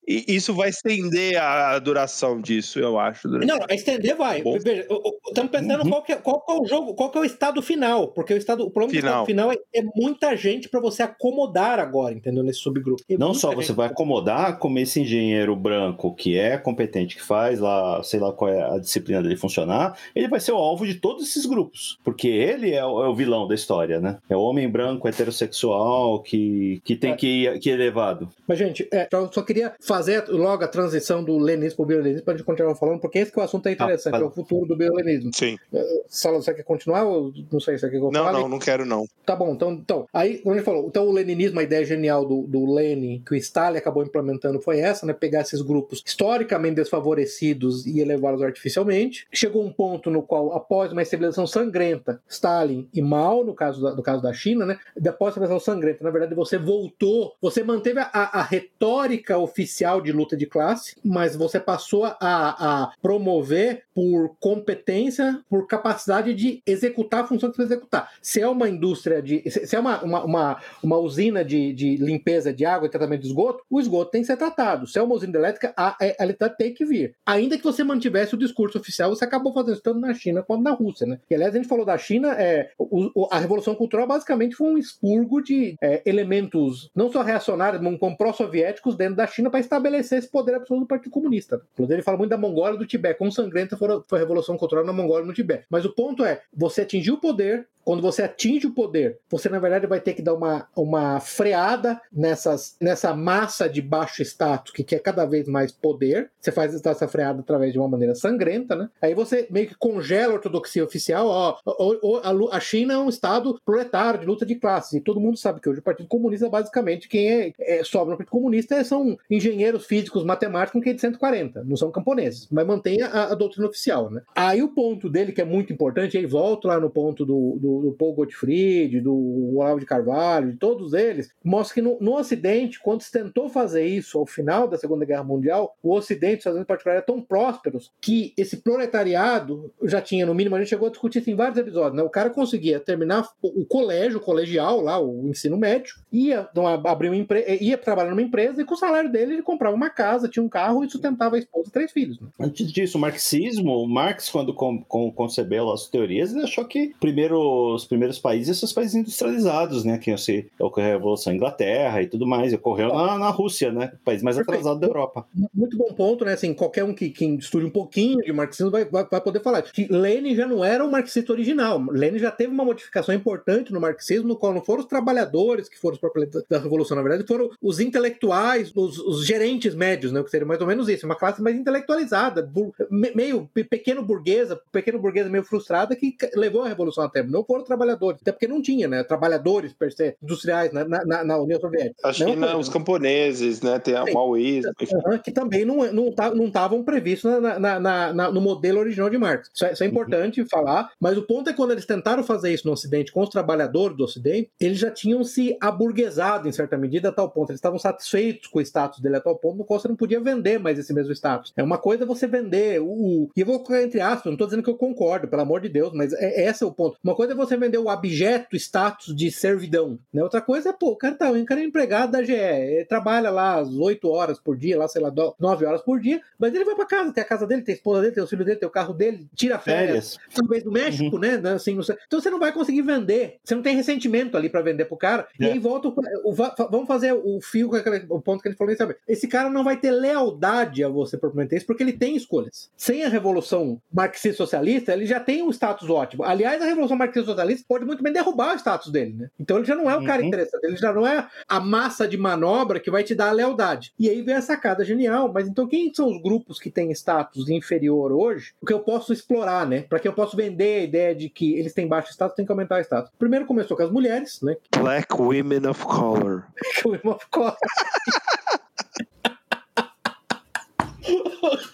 E isso vai estender a duração disso, eu acho. Durante... Não, estender vai. Bom. Veja, estamos pensando uhum. qual, que é, qual que é o jogo, qual que é o estado final, porque o, estado, o problema final. do estado final é, é muita gente para você acomodar agora, entendeu? Nesse subgrupo. É Não só você vai acomodar, como esse engenheiro branco que é competente, que faz lá, sei lá qual é a disciplina dele funcionar, ele vai ser o alvo de todos esses grupos, porque ele é o, é o vilão da história, né? É o homem branco heterossexual que, que tem é. que, ir, que ir elevado. Mas, gente, é, eu só queria fazer logo a transição do leninismo para o biolenismo para a gente continuar falando, porque esse que é o assunto é interessante, ah, é o futuro do biolenismo. Sim. Sala, você quer continuar ou não sei se você quer que eu Não, fale? não, não quero não. Tá bom, então, então aí, como a gente falou, então o leninismo, a ideia genial do, do Lenin, que o Stalin acabou implementando foi essa, né? Pegar esses grupos historicamente desfavorecidos e elevá-los artificialmente. Chegou um ponto no qual, após uma estabilização sangrenta, Stalin e Mao, no caso da, no caso da China, né? Após a estabilização sangrenta, na verdade, você voltou, você manteve a, a retórica oficial de luta de classe, mas você passou a, a promover por competência, por capacidade de executar a função que você vai executar. Se é uma indústria de... Se é uma, uma, uma, uma usina de, de limpeza de água e tratamento de esgoto, o esgoto tem que ser tratado. Se é uma usina elétrica, a, a eletricidade tem que vir. Ainda que você mantivesse o discurso oficial, você acabou fazendo isso tanto na China quanto na Rússia, né? E, aliás, a gente falou da China, é, o, a Revolução Cultural basicamente foi um expurgo de é, elementos não só reacionários, mas como pró-soviéticos dentro da China para estabelecer esse poder absoluto do Partido Comunista. Inclusive, ele fala muito da Mongólia e do Tibete, quão sangrenta foi a, foi a Revolução Cultural na Mongólia e no Tibete. Mas o ponto é, você atingiu o poder. Quando você atinge o poder, você, na verdade, vai ter que dar uma, uma freada nessas, nessa massa de baixo status que quer cada vez mais poder. Você faz essa freada através de uma maneira sangrenta, né? Aí você meio que congela a ortodoxia oficial. Ó, ó, a China é um estado proletário de luta de classes. E todo mundo sabe que hoje o Partido Comunista, basicamente, quem é, é, sobra no Partido Comunista são engenheiros físicos, matemáticos com Q I de cento e quarenta. Não são camponeses. Mas mantém a, a doutrina oficial, né? Aí o ponto dele, que é muito importante, aí volta lá no ponto do, do do Paul Gottfried, do Olavo de Carvalho, de todos eles, mostra que no, no Ocidente, quando se tentou fazer isso ao final da Segunda Guerra Mundial, o Ocidente, os Estados Unidos em particular, eram tão prósperos que esse proletariado já tinha, no mínimo, a gente chegou a discutir isso em vários episódios, né? O cara conseguia terminar o, o colégio, o colegial, lá, o ensino médio, ia, então, abrir uma empre- ia trabalhar numa empresa e com o salário dele ele comprava uma casa, tinha um carro e sustentava a esposa e três filhos. Né? Antes disso, o marxismo, o Marx, quando com, com, concebeu as teorias, ele achou que primeiro os primeiros países são os países industrializados, né? Que ocorreu a Revolução Inglaterra e tudo mais. Ocorreu na, na Rússia, né? O país mais Perfeito. atrasado da Europa. Muito bom ponto, né? Assim, qualquer um que, que estude um pouquinho de marxismo vai, vai, vai poder falar. Que Lenin já não era o marxista original. Lenin já teve uma modificação importante no marxismo, no qual não foram os trabalhadores que foram os proprietários da Revolução, na verdade, foram os intelectuais, os, os gerentes médios, né? Que seria mais ou menos isso. Uma classe mais intelectualizada, bur, meio pequeno burguesa, pequeno burguesa meio frustrada, que levou a Revolução a termo. Não foram trabalhadores, até porque não tinha, né? Trabalhadores, per se, industriais na, na, na União Soviética. A China, os camponeses, né? Tem o maoísmo. Que também não estavam não, não previstos na, na, na, na, no modelo original de Marx. Isso é, isso é importante uhum. falar, mas o ponto é que quando eles tentaram fazer isso no Ocidente, com os trabalhadores do Ocidente, eles já tinham se aburguesado em certa medida a tal ponto. Eles estavam satisfeitos com o status dele a tal ponto no qual você não podia vender mais esse mesmo status. É uma coisa você vender o... E eu vou colocar entre aspas, não estou dizendo que eu concordo, pelo amor de Deus, mas é, esse é o ponto. Uma coisa é você vender o abjeto status de servidão, né? Outra coisa é, pô, o cara, tá, o cara é empregado da G E, ele trabalha lá as oito horas por dia, lá, sei lá, nove horas por dia, mas ele vai pra casa, tem a casa dele, tem a esposa dele, tem os filhos dele, tem o carro dele, tira férias, férias. talvez do México, uhum. né? Assim, não sei. Então você não vai conseguir vender, você não tem ressentimento ali pra vender pro cara, é. e aí volta, o, o, vamos fazer o fio com aquele, o ponto que ele falou, sabe? Esse cara não vai ter lealdade a você propriamente isso, porque ele tem escolhas. Sem a revolução marxista-socialista, ele já tem um status ótimo. Aliás, a revolução marxista-socialista pode muito bem derrubar o status dele, né? Então ele já não é o cara uhum. interessante, ele já não é a massa de manobra que vai te dar a lealdade. E aí vem a sacada genial, mas então quem são os grupos que têm status inferior hoje? O que eu posso explorar, né? Para que eu possa vender a ideia de que eles têm baixo status, tem que aumentar o status. Primeiro começou com as mulheres, né? Black women of color. Women of color.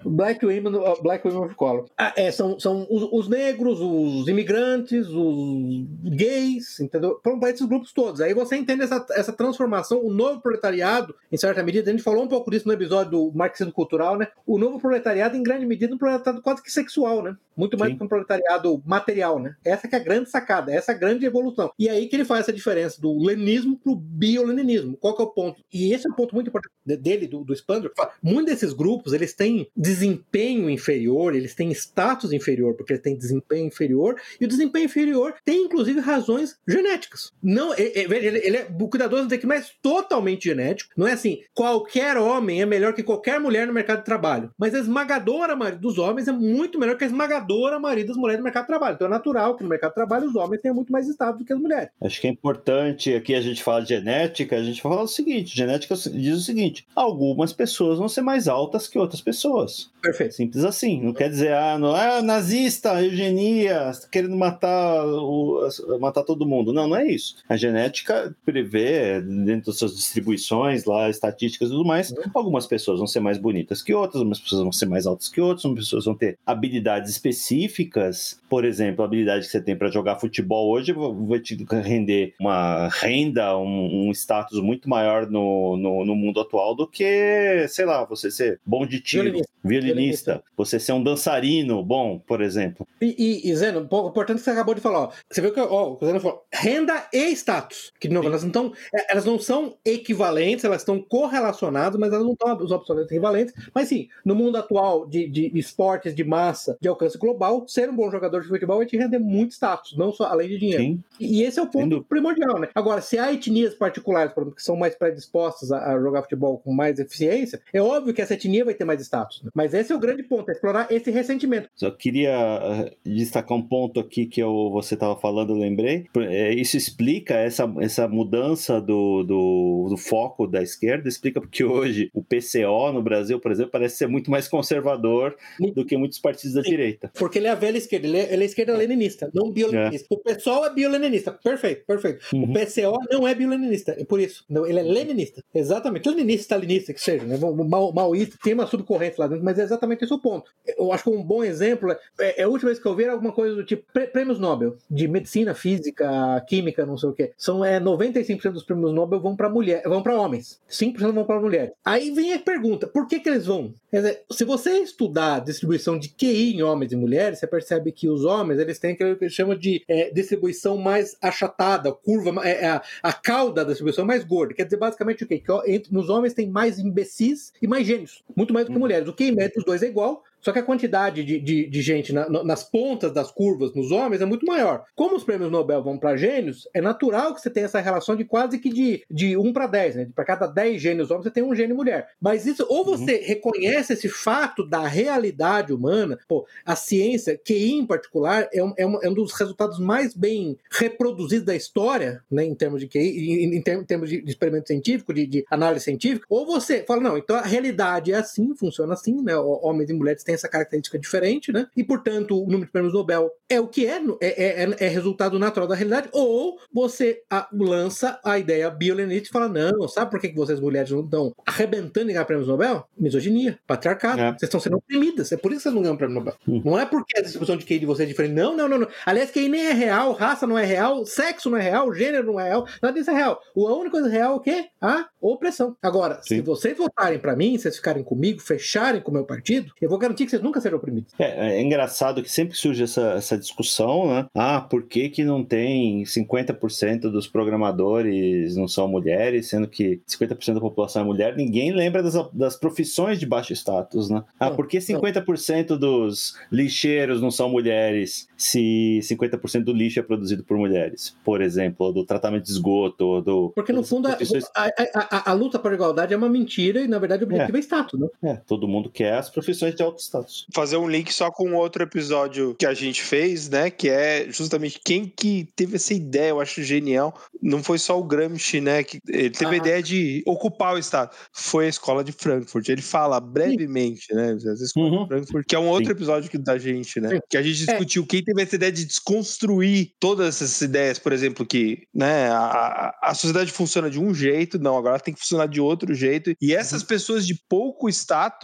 Black Women, Black Women of Color. Ah, é, são são os, os negros, os imigrantes, os gays, entendeu? Para esses grupos todos. Aí você entende essa, essa transformação, o novo proletariado, em certa medida, a gente falou um pouco disso no episódio do marxismo cultural, né? O novo proletariado, em grande medida, um proletariado quase que sexual, né? Muito mais do que um proletariado material, né? Essa que é a grande sacada, essa é a grande evolução. E aí que ele faz essa diferença do leninismo pro bioleninismo. Qual que é o ponto? E esse é um ponto muito importante dele, do, do Spandler. Muitos desses grupos, eles têm desempenho inferior, eles têm status inferior, porque eles têm desempenho inferior, e o desempenho inferior tem, inclusive, razões genéticas. Não, veja, ele, ele é cuidadoso de que mas totalmente genético. Não é assim, qualquer homem é melhor que qualquer mulher no mercado de trabalho. Mas a esmagadora maioria dos homens é muito melhor que a esmagadora maioria das mulheres no mercado de trabalho. Então é natural que no mercado de trabalho os homens tenham muito mais status do que as mulheres. Acho que é importante, aqui a gente fala de genética, a gente fala o seguinte, genética diz o seguinte, algumas pessoas vão ser mais altas que outras pessoas. Perfeito. Simples assim. Não quer dizer, ah, não, ah nazista, eugenia, querendo matar, o, matar todo mundo. Não, não é isso. A genética prevê, dentro das suas distribuições, lá, estatísticas e tudo mais, uhum. Algumas pessoas vão ser mais bonitas que outras, algumas pessoas vão ser mais altas que outras, algumas pessoas vão ter habilidades específicas. Por exemplo, a habilidade que você tem para jogar futebol hoje vai te render uma renda, um, um status muito maior no, no, no mundo atual do que, sei lá, você ser bom de tiro, violinista, violinista você ser um dançarino bom, por exemplo. E, e, e Zeno, um pouco importante que você acabou de falar, ó, você viu que ó, o Zeno falou, renda e status, que de novo, elas não, tão, elas não são equivalentes, elas estão correlacionadas, mas elas não estão os absolutamente equivalentes, mas sim, no mundo atual de, de esportes de massa, de alcance global, ser um bom jogador de futebol vai te render muito status, não só além de dinheiro. Sim. E, e esse é o ponto Entendo. primordial, né? Agora, se há etnias particulares, por exemplo, que são mais predispostas a, a jogar futebol com mais eficiência, é óbvio que essa etnia vai ter mais status, né? Mas esse é o grande ponto, é explorar esse ressentimento. Só queria destacar um ponto aqui que eu, você estava falando, eu lembrei. Isso explica essa, essa mudança do, do, do foco da esquerda, explica porque hoje o P C O no Brasil, por exemplo, parece ser muito mais conservador muito. do que muitos partidos da Sim, direita. Porque ele é a velha esquerda, ele é, ele é esquerda leninista, não bioleninista. É. O PSOL é bioleninista, perfeito, perfeito. Uhum. O P C O não é bioleninista, é por isso. Não, ele é leninista, exatamente. Leninista, stalinista, que seja, né? Maoísta, tem uma subcorrente lá dentro, mas é exatamente esse o ponto. Eu acho que um bom exemplo é, é a última vez que eu vi era alguma coisa do tipo prêmios Nobel, de medicina, física, química, não sei o quê. São é, noventa e cinco por cento dos prêmios Nobel vão para mulher, vão para homens, cinco por cento vão para mulheres. Aí vem a pergunta, por que que eles vão? Quer dizer, se você estudar a distribuição de Q I em homens e mulheres, você percebe que os homens, eles têm aquilo que eles chamam de é, distribuição mais achatada, curva, é, a, a cauda da distribuição mais gorda. Quer dizer, basicamente o quê? Que entre, nos homens tem mais imbecis e mais gênios, muito mais do que mulheres. O Q I médio dos dois é igual, só que a quantidade de, de, de gente na, nas pontas das curvas nos homens é muito maior. Como os prêmios Nobel vão para gênios, é natural que você tenha essa relação de quase que de, de um para dez, né? Para cada dez gênios homens, você tem um gênio mulher. Mas isso, ou você uhum. reconhece esse fato da realidade humana, pô, a ciência, Q I em particular, é um, é um, é um dos resultados mais bem reproduzidos da história, né, em termos de Q I, em, em termos de, de experimento científico, de, de análise científica, ou você fala, não, então a realidade é assim, funciona assim, né? Homens e mulheres têm essa característica diferente, né? E, portanto, o número de prêmios Nobel é o que é, é, é, é resultado natural da realidade, ou você a, lança a ideia biolenista e fala, não, sabe por que, que vocês mulheres não estão arrebentando em ganhar prêmios Nobel? Misoginia, patriarcado, é. Vocês estão sendo oprimidas, é por isso que vocês não ganham prêmio Nobel. Hum. Não é porque a distribuição de Q I de vocês é diferente, não, não, não, não. Aliás, Q I nem é real, raça não é real, sexo não é real, gênero não é real, nada disso é real. A única coisa real é o quê? A opressão. Agora, Sim. se vocês votarem pra mim, se vocês ficarem comigo, fecharem com o meu partido, eu vou garantir que vocês nunca serão oprimidos. É, é engraçado que sempre surge essa, essa discussão, né? Ah, por que que não tem cinquenta por cento dos programadores não são mulheres, sendo que cinquenta por cento da população é mulher? Ninguém lembra das, das profissões de baixo status, né? Ah, não, por que cinquenta por cento não. dos lixeiros não são mulheres se cinquenta por cento do lixo é produzido por mulheres? Por exemplo, do tratamento de esgoto, do... Porque no fundo profissões... a, a, a, a luta por igualdade é uma mentira e na verdade o objetivo é, é status, né? É, todo mundo quer as profissões de alto status. Fazer um link só com outro episódio que a gente fez, né, que é justamente quem que teve essa ideia, eu acho genial, não foi só o Gramsci, né, que ele teve ah, a ideia de ocupar o estado, foi a escola de Frankfurt, ele fala brevemente, sim. né, a escola uhum. de Frankfurt, que é um outro sim. episódio que, da gente, né, sim. que a gente discutiu é. quem teve essa ideia de desconstruir todas essas ideias, por exemplo, que, né, a, a sociedade funciona de um jeito, não, agora tem que funcionar de outro jeito, e essas uhum. pessoas de pouco status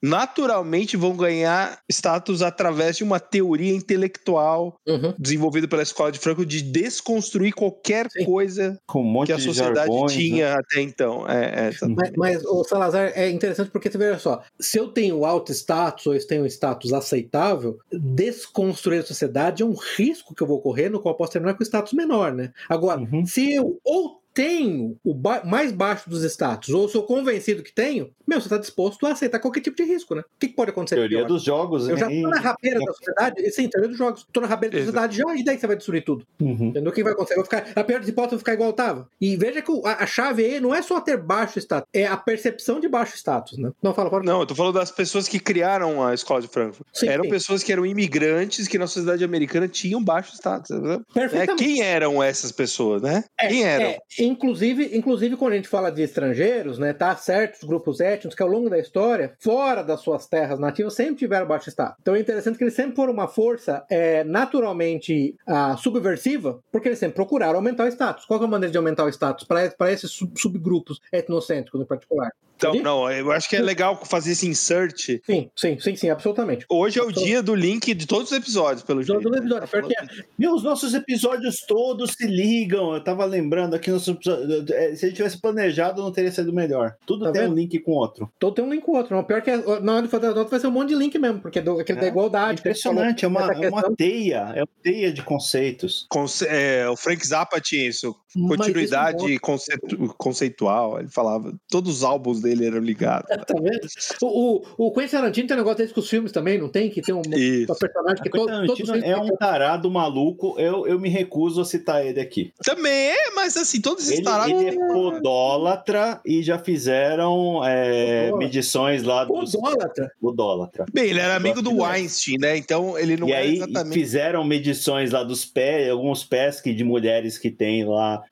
naturalmente vão ganhar status através de uma teoria intelectual Uhum. desenvolvida pela Escola de Frankfurt de desconstruir qualquer Sim. coisa Com um monte que a de sociedade jargões, tinha né? até então. É, é, Mas, mas, o Salazar, é interessante porque você veja só, se eu tenho alto status ou eu tenho um status aceitável, desconstruir a sociedade é um risco que eu vou correr, no qual eu posso terminar com status menor, né? Agora, Uhum. se eu ou tenho o ba- mais baixo dos status, ou sou convencido que tenho, meu, você está disposto a aceitar qualquer tipo de risco, né? O que, que pode acontecer? Teoria pior? dos jogos, Eu já hein? tô na rabeira da sociedade, sim, teoria dos jogos. Tô na rabeira da Exato. sociedade já, e daí que você vai destruir tudo? Uhum. Entendeu? O que vai acontecer? Eu vou ficar, a pior das hipóteses, eu vou ficar igual eu tava. E veja que o- a, a chave aí não é só ter baixo status, é a percepção de baixo status, né? Não, fala, fala. Não, eu tô falando das pessoas que criaram a Escola de Frankfurt. Sim, eram sim. pessoas que eram imigrantes que na sociedade americana tinham baixo status. Né? Perfeitamente. Quem eram essas pessoas, né? É, Quem eram? é, inclusive, inclusive, quando a gente fala de estrangeiros, né, tá certos grupos étnicos que ao longo da história, fora das suas terras nativas, sempre tiveram baixo status. Então é interessante que eles sempre foram uma força é, naturalmente ah, subversiva, porque eles sempre procuraram aumentar o status. Qual que é a maneira de aumentar o status para esses sub- subgrupos etnocêntricos em particular? Então, Entendi? não, eu acho que é legal fazer esse insert. Sim, sim, sim, sim, absolutamente. Hoje é o dia do link de todos os episódios, pelo jeito. Todo episódio, Tá falando porque disso. Meu, os nossos episódios todos se ligam. Eu tava lembrando aqui, nosso episódio, é, se a gente tivesse planejado, não teria sido melhor. Tudo Tá tem vendo? um link com o outro. todo tem um link com o outro. Não, pior que é, na hora de fazer a nota vai ser um monte de link mesmo, porque é do, aquele da É, igualdade. que a gente Impressionante, é falou, uma, essa é uma questão. teia, é uma teia de conceitos. Conce- é, o Frank Zappa tinha isso. Mas Continuidade isso conceitu- conceitual. Ele falava. Todos os álbuns dele eram ligados. Tá vendo? O, o, o Quentin Tarantino tem um negócio desse com os filmes também, não tem? Que tem um, Isso. uma personagem que Quentin todo, todos os Tarantino filmes é um tarado maluco, eu, eu me recuso a citar ele aqui. Também é, mas assim, todos esses Ele, tarados. ele é podólatra e já fizeram é, Podólatra. medições lá dos... Podólatra. Podólatra. Bem, ele era amigo do Gosto de Weinstein, né? Então ele não E é aí exatamente. fizeram medições lá dos pés, alguns pés que de mulheres que tem lá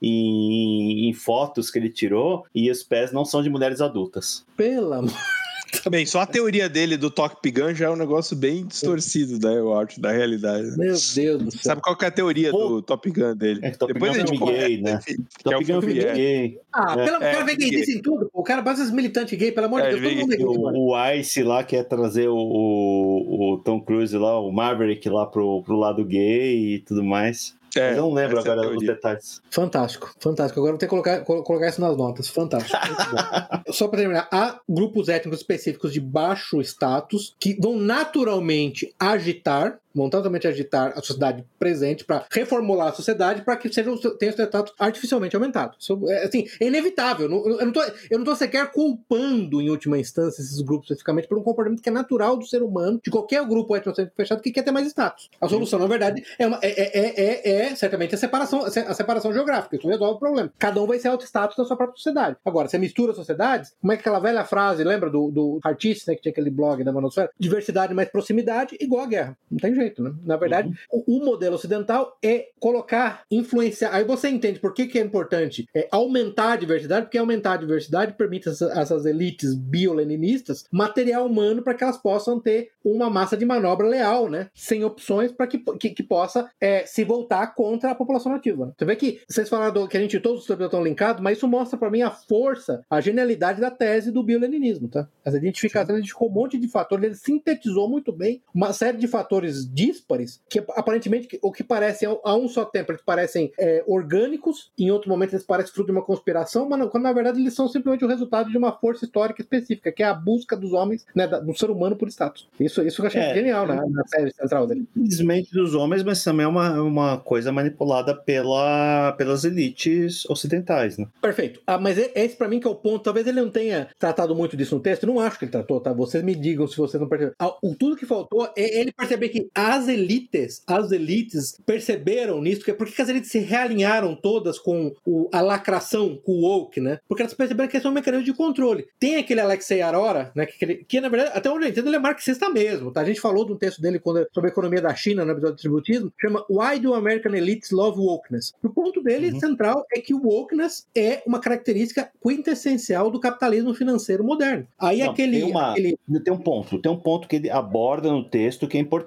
em, em fotos que ele tirou, e os pés não são de mulheres adultas. Pelo amor. Bem, só a teoria dele do toque pigão já é um negócio bem distorcido, né? Eu acho, da realidade. Meu Deus do céu. Sabe qual que é a teoria Pô. do Top Gun dele? É que Top Depois Gun a é gente filme gay, comenta, né? enfim, que é Top o Gun é um filme filme gay. gay. Ah, É, pelo, o é, cara vem porque- gay em tudo. O cara base militante gay, pelo amor de É, Deus. Todo ele mundo é gay. mano. O, o Ice lá quer trazer o, o, o Tom Cruise lá, o Maverick lá pro, pro lado gay e tudo mais. É, Mas eu não lembro essa é a agora dos teoria. detalhes. Fantástico, fantástico. Agora vou ter que colocar, colo- colocar isso nas notas. Fantástico. Muito bom. Só para terminar, há grupos étnicos específicos de baixo status que vão naturalmente agitar, vão totalmente agitar a sociedade presente para reformular a sociedade para que seja, tenha o seu status artificialmente aumentado. Isso é, assim, é inevitável. Não- Eu não tô, eu não tô sequer culpando, em última instância, esses grupos especificamente por um comportamento que é natural do ser humano, de qualquer grupo étnico fechado que quer ter mais status. A solução, na verdade, é, uma, é, é, é, é certamente a separação, a separação geográfica. Isso resolve o problema. Cada um vai ser auto-status da sua própria sociedade. Agora, você mistura sociedades, como é que aquela velha frase, lembra do, do Artist, né, que tinha aquele blog da Manosfera? Diversidade mais proximidade igual a guerra. Não tem jeito, né? Na verdade, Uhum. o, o modelo ocidental é colocar, influenciar. Aí você entende por que, que é importante é aumentar a diversidade, porque aumentar a diversidade permite essa- essas elites bioleninistas material humano para que elas possam ter uma massa de manobra leal, né? Sem opções para que, que, que possa é, se voltar contra a população nativa. Né? Você vê que vocês falaram do- que a gente todos os estão linkados, mas isso mostra para mim a força, a genialidade da tese do bioleninismo, tá? Essa identificação, ele identificou um monte de fatores, ele sintetizou muito bem uma série de fatores díspares que aparentemente que- o que parecem a, a um só tempo, eles parecem é, orgânicos, em outro momento eles parecem fruto de uma conspiração, mas não- quando na verdade eles são simplesmente o resultado de uma força histórica específica, que é a busca dos homens, né, da- do ser humano por status. Isso, isso eu achei É. genial na, na série central dele. Infelizmente dos homens, mas também é uma, uma coisa manipulada pela, pelas elites ocidentais, né? Perfeito. Ah, mas é- esse pra mim que é o ponto. Talvez ele não tenha tratado muito disso no texto. Eu não acho que ele tratou, tá? Vocês me digam se vocês não perceberam. Ah, o tudo que faltou é ele perceber que as elites, as elites perceberam nisso. Que, por que que as elites se realinharam todas com o- a lacração, com o woke, né? Porque elas perceberam que esse é um mecanismo de controle. Tem aquele Alexei Arora, né? Que, aquele- que na verdade, até onde eu entendo, ele é marxista mesmo, tá? A gente falou de um texto dele quando, sobre a economia da China no episódio de tributismo, chama Why do American Elites Love Wokeness? O ponto dele Uhum. central é que o wokeness é uma característica quintessencial do capitalismo financeiro moderno. Aí Não, aquele, tem, uma- aquele. tem um ponto, tem um ponto que ele aborda no texto que é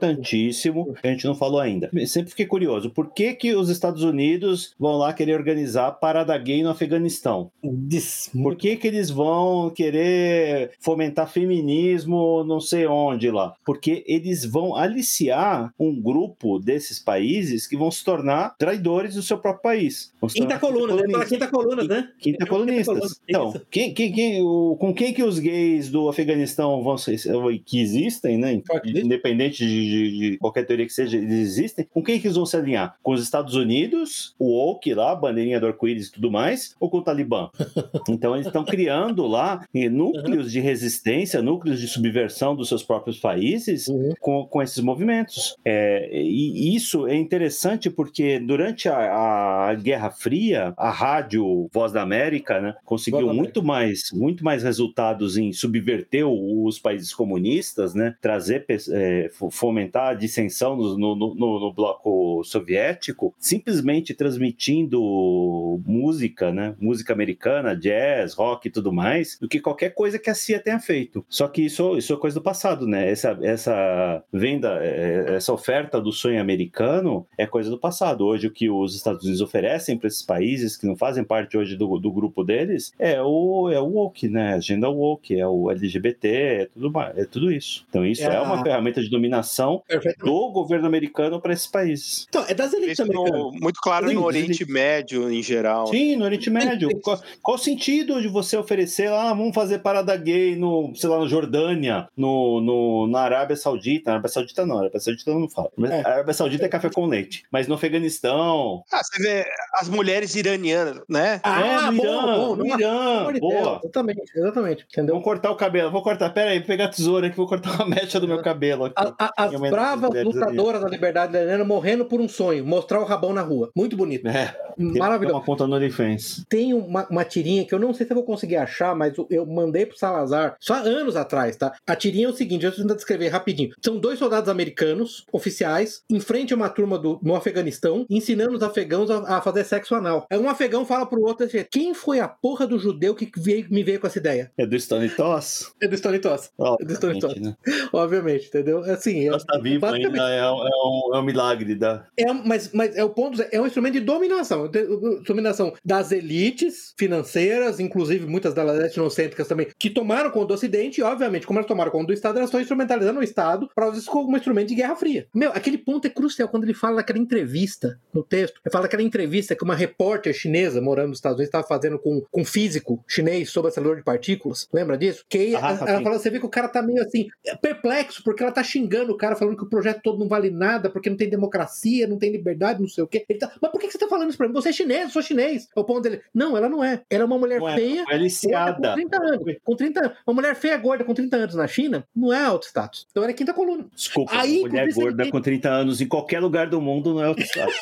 importantíssimo que a gente não falou ainda. Eu sempre fiquei curioso, por que que os Estados Unidos vão lá querer organizar parada gay no Afeganistão? Por que que eles vão querer fomentar feminismo não sei onde lá? Porque eles vão aliciar um grupo desses países que vão se tornar traidores do seu próprio país. Quinta coluna, né? Fala quinta coluna, né? Quinta colonistas. Então, quem, quem, quem, o, com quem que os gays do Afeganistão vão ser, que existem, né? Independente de, de, de qualquer teoria que seja, eles existem. Com quem que eles vão se alinhar? Com os Estados Unidos, o woke lá, a bandeirinha do arco-íris e tudo mais, ou com o Talibã? Então eles estão criando lá núcleos de resistência, núcleos de subversão dos seus próprios países uhum. com, com esses movimentos. É, e isso é interessante porque durante a, a Guerra Fria, a rádio Voz da América, né, conseguiu muito mais, muito mais resultados em subverter os países comunistas, né, trazer, é, fomentar a dissensão no, no, no, no bloco soviético, simplesmente transmitindo música, né, música americana, jazz, rock e tudo mais, do que qualquer coisa que a C I A tenha feito. Só que isso, isso é coisa do passado, né? Essa, essa venda, essa oferta do sonho americano é coisa do passado. Hoje o que os Estados Unidos oferecem para esses países que não fazem parte hoje do, do grupo deles é o, é o woke, né? A agenda woke, é o L G B T, é tudo, é tudo isso. Então isso é, é uma ferramenta de dominação do governo americano para esses países. Então, é das elites americanas. Muito claro no Oriente Médio, em geral. Sim, no Oriente Médio. Qual, qual o sentido de você oferecer, ah, vamos fazer parada gay no, sei lá, na Jordânia, no, no, na Arábia Saudita? Na Arábia Saudita não, na Arábia Saudita não fala. É. A Arábia Saudita é café com leite. Mas no Afeganistão... Ah, você vê as mulheres iranianas, né? Ah, é, no Irã, bom, bom, no Irã, de boa. Deus, exatamente, exatamente. Entendeu? Vamos cortar o cabelo, vou cortar, pera aí, vou pegar a tesoura aqui, vou cortar uma mecha do meu cabelo aqui. A, a, as bravas lutadoras da liberdade iraniana morrendo por um sonho, mostrar o rabão na rua. Muito bonito. É, maravilhoso. Uma conta no OnlyFans. Tem uma, uma tirinha que eu não sei se eu vou conseguir achar, mas eu mandei pro Salazar só anos atrás, tá? A tirinha é o seguinte, eu vou tentar descrever rapidinho. São dois soldados americanos, oficiais, em frente a uma turma do, no Afeganistão, ensinando os afegãos a, a fazer sexo anal. Aí um afegão fala pro outro, quem foi a porra do judeu que veio, me veio com essa ideia? É do Stone Toss? É do Stone Toss. É do Stone Toss. Né? Obviamente, entendeu? Assim, Nós tá vivo ainda, é, é, um, é um milagre. Da... É, mas, mas é o ponto, é um instrumento de dominação. Dominação das elites financeiras, inclusive muitas delas etnocêntricas também, que tomaram conta do Ocidente e, obviamente, como elas tomaram conta do Estado, elas estão instrumentalizando o Estado para usar isso como um instrumento de Guerra Fria. Meu, aquele ponto é crucial quando ele fala daquela entrevista no texto. Ele fala daquela entrevista que uma repórter chinesa morando nos Estados Unidos estava fazendo com, com um físico chinês sobre acelerador de partículas. Lembra disso? Que aí, ah, ela, ela fala, você vê que o cara tá meio assim, perplexo, porque ela tá xingando o cara, falando que o projeto todo não vale nada, porque não tem democracia, não tem liberdade, não sei o quê. Ele tá, mas por que você tá falando isso pra mim? Você é chinês, eu sou chinês. O ponto dele, não, ela não é. Ela é uma mulher não feia, é, aliciada. Com trinta anos. Com trinta anos. Uma mulher feia gorda com trinta anos na China não é alto status. Então ela é quinta coluna. Desculpa, aí, uma mulher gorda com trinta anos em qualquer lugar do mundo não é alto status.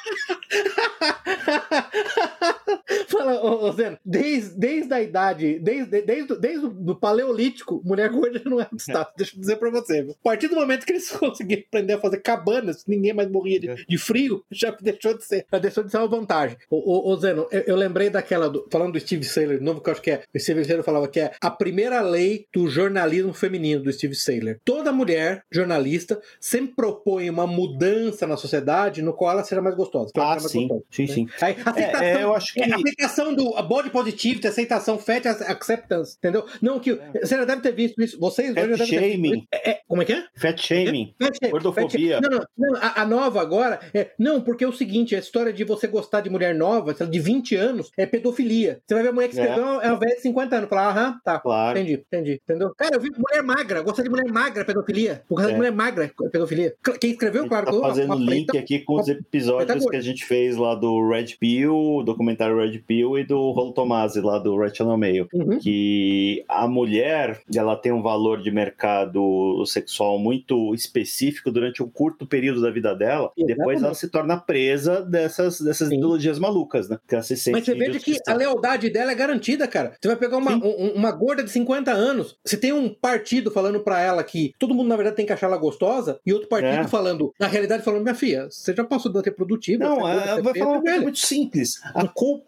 Fala, ô, ô Zeno, desde, desde a idade, desde, desde, desde o paleolítico, mulher gorda não é um status, deixa eu dizer pra você. Viu? A partir do momento que eles conseguiram aprender a fazer cabanas, ninguém mais morria de, de frio, já deixou de ser, já deixou de ser uma vantagem. Ô, ô, ô Zeno, eu, eu lembrei daquela, do, falando do Steve Saylor de novo, que eu acho que é, o Steve Saylor falava que é a primeira lei do jornalismo feminino do Steve Saylor. Toda mulher jornalista sempre propõe uma mudança na sociedade no qual ela seja mais gostosa. Ah, mais sim, gostosa, sim, né? sim. Aí, aceitação, é, é, eu acho que... a aceitação do body positivity, aceitação, fat acceptance, entendeu? Não, que é. Você já deve ter visto isso. Vocês fat já devem shaming. ter visto. É, é, como é que é? Fat shaming. Fat shaming. Gordofobia. Fat, não, não, não a, a nova agora é... Não, porque é o seguinte, a história de você gostar de mulher nova, de vinte anos, é pedofilia. Você vai ver a mulher que escreveu, é uma velha de cinquenta anos. Fala, aham, tá. Claro. Entendi, entendi. Entendeu? Cara, eu vi mulher magra, gostar de mulher magra é pedofilia. Por causa é. de mulher magra é pedofilia. Quem escreveu, claro. Tá fazendo uma, link uma, aqui com os episódios que a gente fez lá do Red Pill, documentário Red Pill e do Rolo Tomasi lá do Rational Mail, uhum. que a mulher, ela tem um valor de mercado sexual muito específico durante um curto período da vida dela, e depois ela se torna presa dessas, dessas ideologias malucas, né? Que ela se sente. Mas você veja que a lealdade dela é garantida, cara. Você vai pegar uma, um, uma gorda de cinquenta anos, você tem um partido falando pra ela que todo mundo, na verdade, tem que achar ela gostosa, e outro partido é. falando, na realidade, falando, minha filha, você já passou da reprodutiva. Não, ela vai falar uma coisa muito simples. A culpa do seu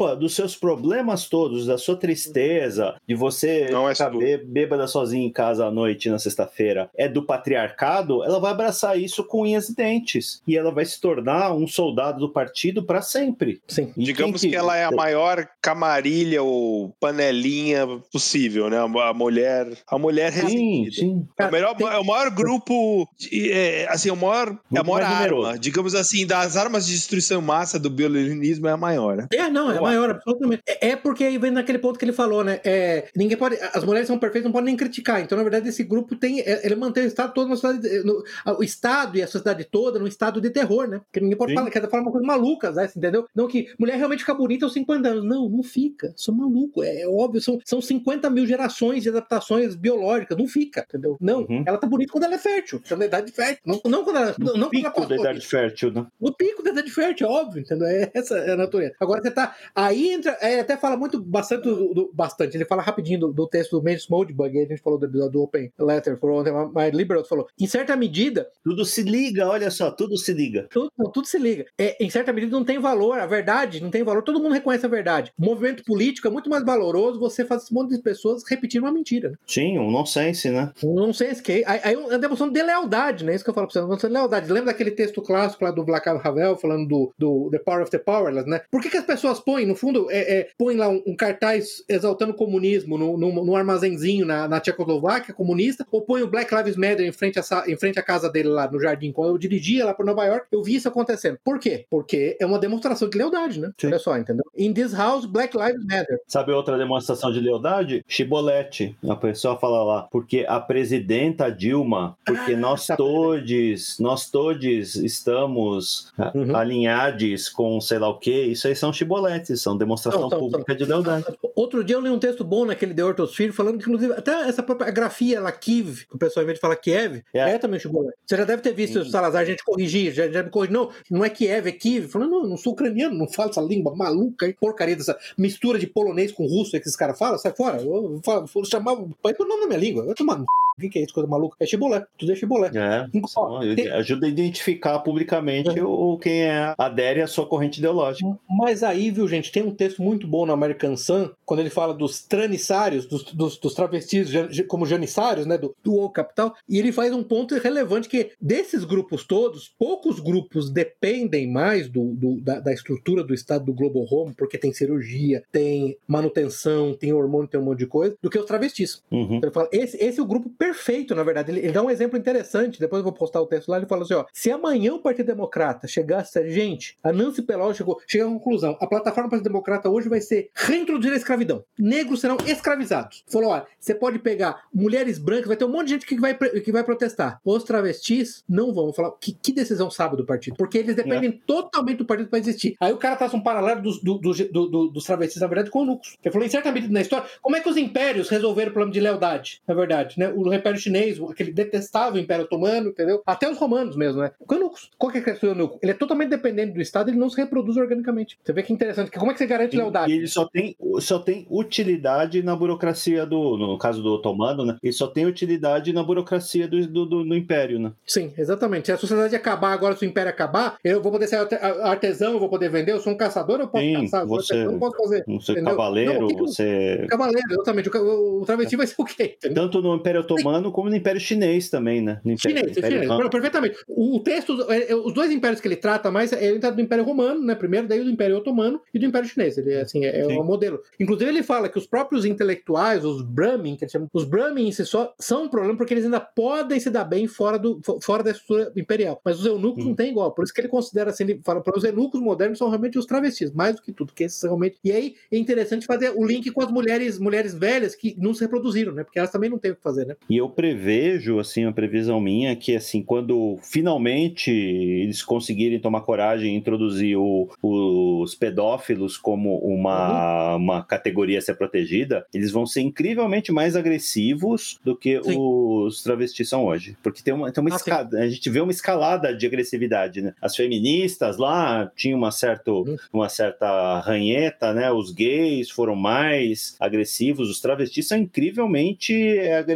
seus problemas todos, da sua tristeza, de você Não é ficar tudo. bê- bêbada sozinha em casa à noite na sexta-feira, é do patriarcado, ela vai abraçar isso com unhas e dentes. E ela vai se tornar um soldado do partido para sempre. Sim. E Digamos quem que... ela é a maior camarilha ou panelinha possível, né? A mulher, a mulher Sim, resentida. sim. É o, melhor, Tem- é o maior grupo, de- é, assim, o maior, é a Grupo maior mais arma, numeroso. digamos assim, das armas de destruição em massa do biolinismo é a maior, né? É, não, é Eu maior, absolutamente. É, é porque aí vem naquele ponto que ele falou, né? É, ninguém pode. As mulheres são perfeitas, não podem nem criticar. Então, na verdade, esse grupo tem. é, Ele mantém o Estado todo, uma sociedade, no, o Estado e a sociedade toda num estado de terror, né? Porque ninguém pode Sim. falar, quer falar uma coisa maluca, né? Entendeu? Não que mulher realmente fica bonita aos cinquenta anos. Não, não fica. Sou maluco. É, é óbvio, são, são cinquenta mil gerações de adaptações biológicas. Não fica, entendeu? Não. Uhum. Ela tá bonita quando ela é fértil. Tá na idade fértil. Não, não quando ela. Não, não quando ela Pico da passou idade disso. fértil, né? No pico da idade fértil, é óbvio, entendeu? É, essa é a natureza. Agora você tá. Aí entra. Ele até fala muito, bastante, do, do- bastante. Ele fala rapidinho do, do texto do Mendes Moldbug, aí a gente falou do episódio do Open Letter, falou ontem, mas Liberal falou. Em certa medida, Tudo se liga, olha só, tudo se liga. tudo, não, tudo se liga. É, em certa medida não tem valor, a verdade não tem valor, todo mundo reconhece a verdade. O movimento político é muito mais valoroso você fazer esse monte de pessoas repetir uma mentira, né? Sim, um nonsense, né? Um nonsense que aí, aí é uma demonstração de lealdade, né? Isso que eu falo pra você, uma demonstração de lealdade. Lembra daquele texto clássico lá do Václav Havel falando do, do The Power of the Powerless, né? Por que, que as pessoas põem, no fundo, é, é, põem lá um, um cartaz exaltando o comunismo no, no, no armazenzinho na, na Tchecoslováquia comunista, ou põe o Black Lives Matter em frente, a, sa- em frente à casa dele lá no jardim? Quando eu dirigia lá por Nova York, eu vi isso acontecendo. Por quê? Porque é uma demonstração de lealdade, né? Sim. Olha só, entendeu? In this house, Black Lives Matter. Sabe outra demonstração de lealdade? Chibolete. A pessoa fala lá, porque a presidenta Dilma, porque Ah, nós tá. todos, nós todos estamos ah, Uhum. alinhados com sei lá o quê. Isso aí são chiboletes, são demonstração São, são, pública de lealdade. Outro dia eu li um texto bom naquele The Orthosphere, falando que, inclusive, até essa própria grafia lá, Kiev, que o pessoal, em vez de falar Kiev, É. é, também chegou lá. Você já deve ter visto Sim. o Salazar, a gente corrigir, já, já me corrigiu. Não, não é Kiev, é Kiev. Falando, não, eu não sou ucraniano, não falo essa língua maluca, aí, porcaria dessa mistura de polonês com russo aí que esses caras falam, sai fora. Eu, eu, eu chamava o pai pelo nome da minha língua. Eu tomar. O que, que é isso, coisa maluca? É chibolé, tudo é chibolé. É, Ó, só, tem- ajuda a identificar publicamente Uhum. o, quem é adere à sua corrente ideológica. Mas aí, viu, gente, tem um texto muito bom no American Sun, quando ele fala dos tranissários, dos, dos, dos travestis jan- como janissários, né, do, do woke capital, e ele faz um ponto relevante que desses grupos todos, poucos grupos dependem mais do, do- da, da estrutura do Estado do Global Home, porque tem cirurgia, tem manutenção, tem hormônio, tem um monte de coisa, do que os travestis. Uhum. Ele fala, esse, esse é o grupo perfeito, na verdade. Ele, ele dá um exemplo interessante, depois eu vou postar o texto lá, ele fala assim, ó, se amanhã o Partido Democrata chegasse a gente, a Nancy Pelosi chegou, chegou à conclusão, a plataforma do Partido Democrata hoje vai ser reintroduzir a escravidão. Negros serão escravizados. Falou, olha, você pode pegar mulheres brancas, vai ter um monte de gente que vai, que vai protestar. Os travestis não vão. Falar, que, que decisão sábia do partido? Porque eles dependem totalmente do partido para existir. Aí o cara traça um paralelo dos, do, do, do, do, dos travestis, na verdade, com o eunucos. Ele falou, em certa medida na história, como é que os impérios resolveram o problema de lealdade? Na verdade, né? O Império Chinês, aquele detestável Império Otomano, entendeu? Até os romanos mesmo, né? O eunucos. Qual que é a questão do eunuco? Ele é totalmente dependente do Estado, ele não se reproduz organicamente. Você vê que interessante. Como é que você garante E, lealdade? e ele só tem, só tem utilidade na burocracia do, no caso do otomano, né? Ele só tem utilidade na burocracia do, do, do, do império, né? Sim, exatamente. Se a sociedade acabar agora, se o império acabar, eu vou poder ser arte- artesão, eu vou poder vender, eu sou um caçador, eu posso Sim, caçar, eu você- não posso fazer. Você Entendeu? cavaleiro, Não, o que que eu- você... Cavaleiro, exatamente. O, ca- o, o travesti vai ser o quê? Entendeu? Tanto no Império Otomano como no Império Chinês também, né? No Império, Chinês, Império chinês. Han. Não, perfeitamente. O, o texto, é, é, os dois impérios que ele trata mais, é, ele trata do Império Romano, né? Primeiro, daí do Império Otomano e do Império Chinês. Ele, assim, é, é Sim. um modelo. Inclusive, ele fala que os próprios intelectuais, os Brahmin, que eles chamam, os Brahmin em si só são um problema porque eles ainda podem se dar bem fora, do, fo- fora da estrutura imperial. Mas os eunucos Hum. não tem igual. Por isso que ele considera assim, ele fala para os eunucos modernos são realmente os travestis, mais do que tudo, que esses são realmente. E aí é interessante fazer o link com as mulheres, mulheres velhas que não se reproduziram, né? Porque elas também não têm o que fazer, né? E eu prevejo, assim, uma previsão minha, que, assim, quando finalmente eles conseguirem tomar coragem e introduzir o- os pedófilos como uma, uma categoria a ser protegida, eles vão ser incrivelmente mais agressivos do que Sim. os travestis são hoje. Porque tem uma, tem uma Ah, sim. escada, a gente vê uma escalada de agressividade, né? As feministas lá tinham uma, certo, Hum. uma certa ranheta, né? Os gays foram mais agressivos, os travestis são incrivelmente agressivos com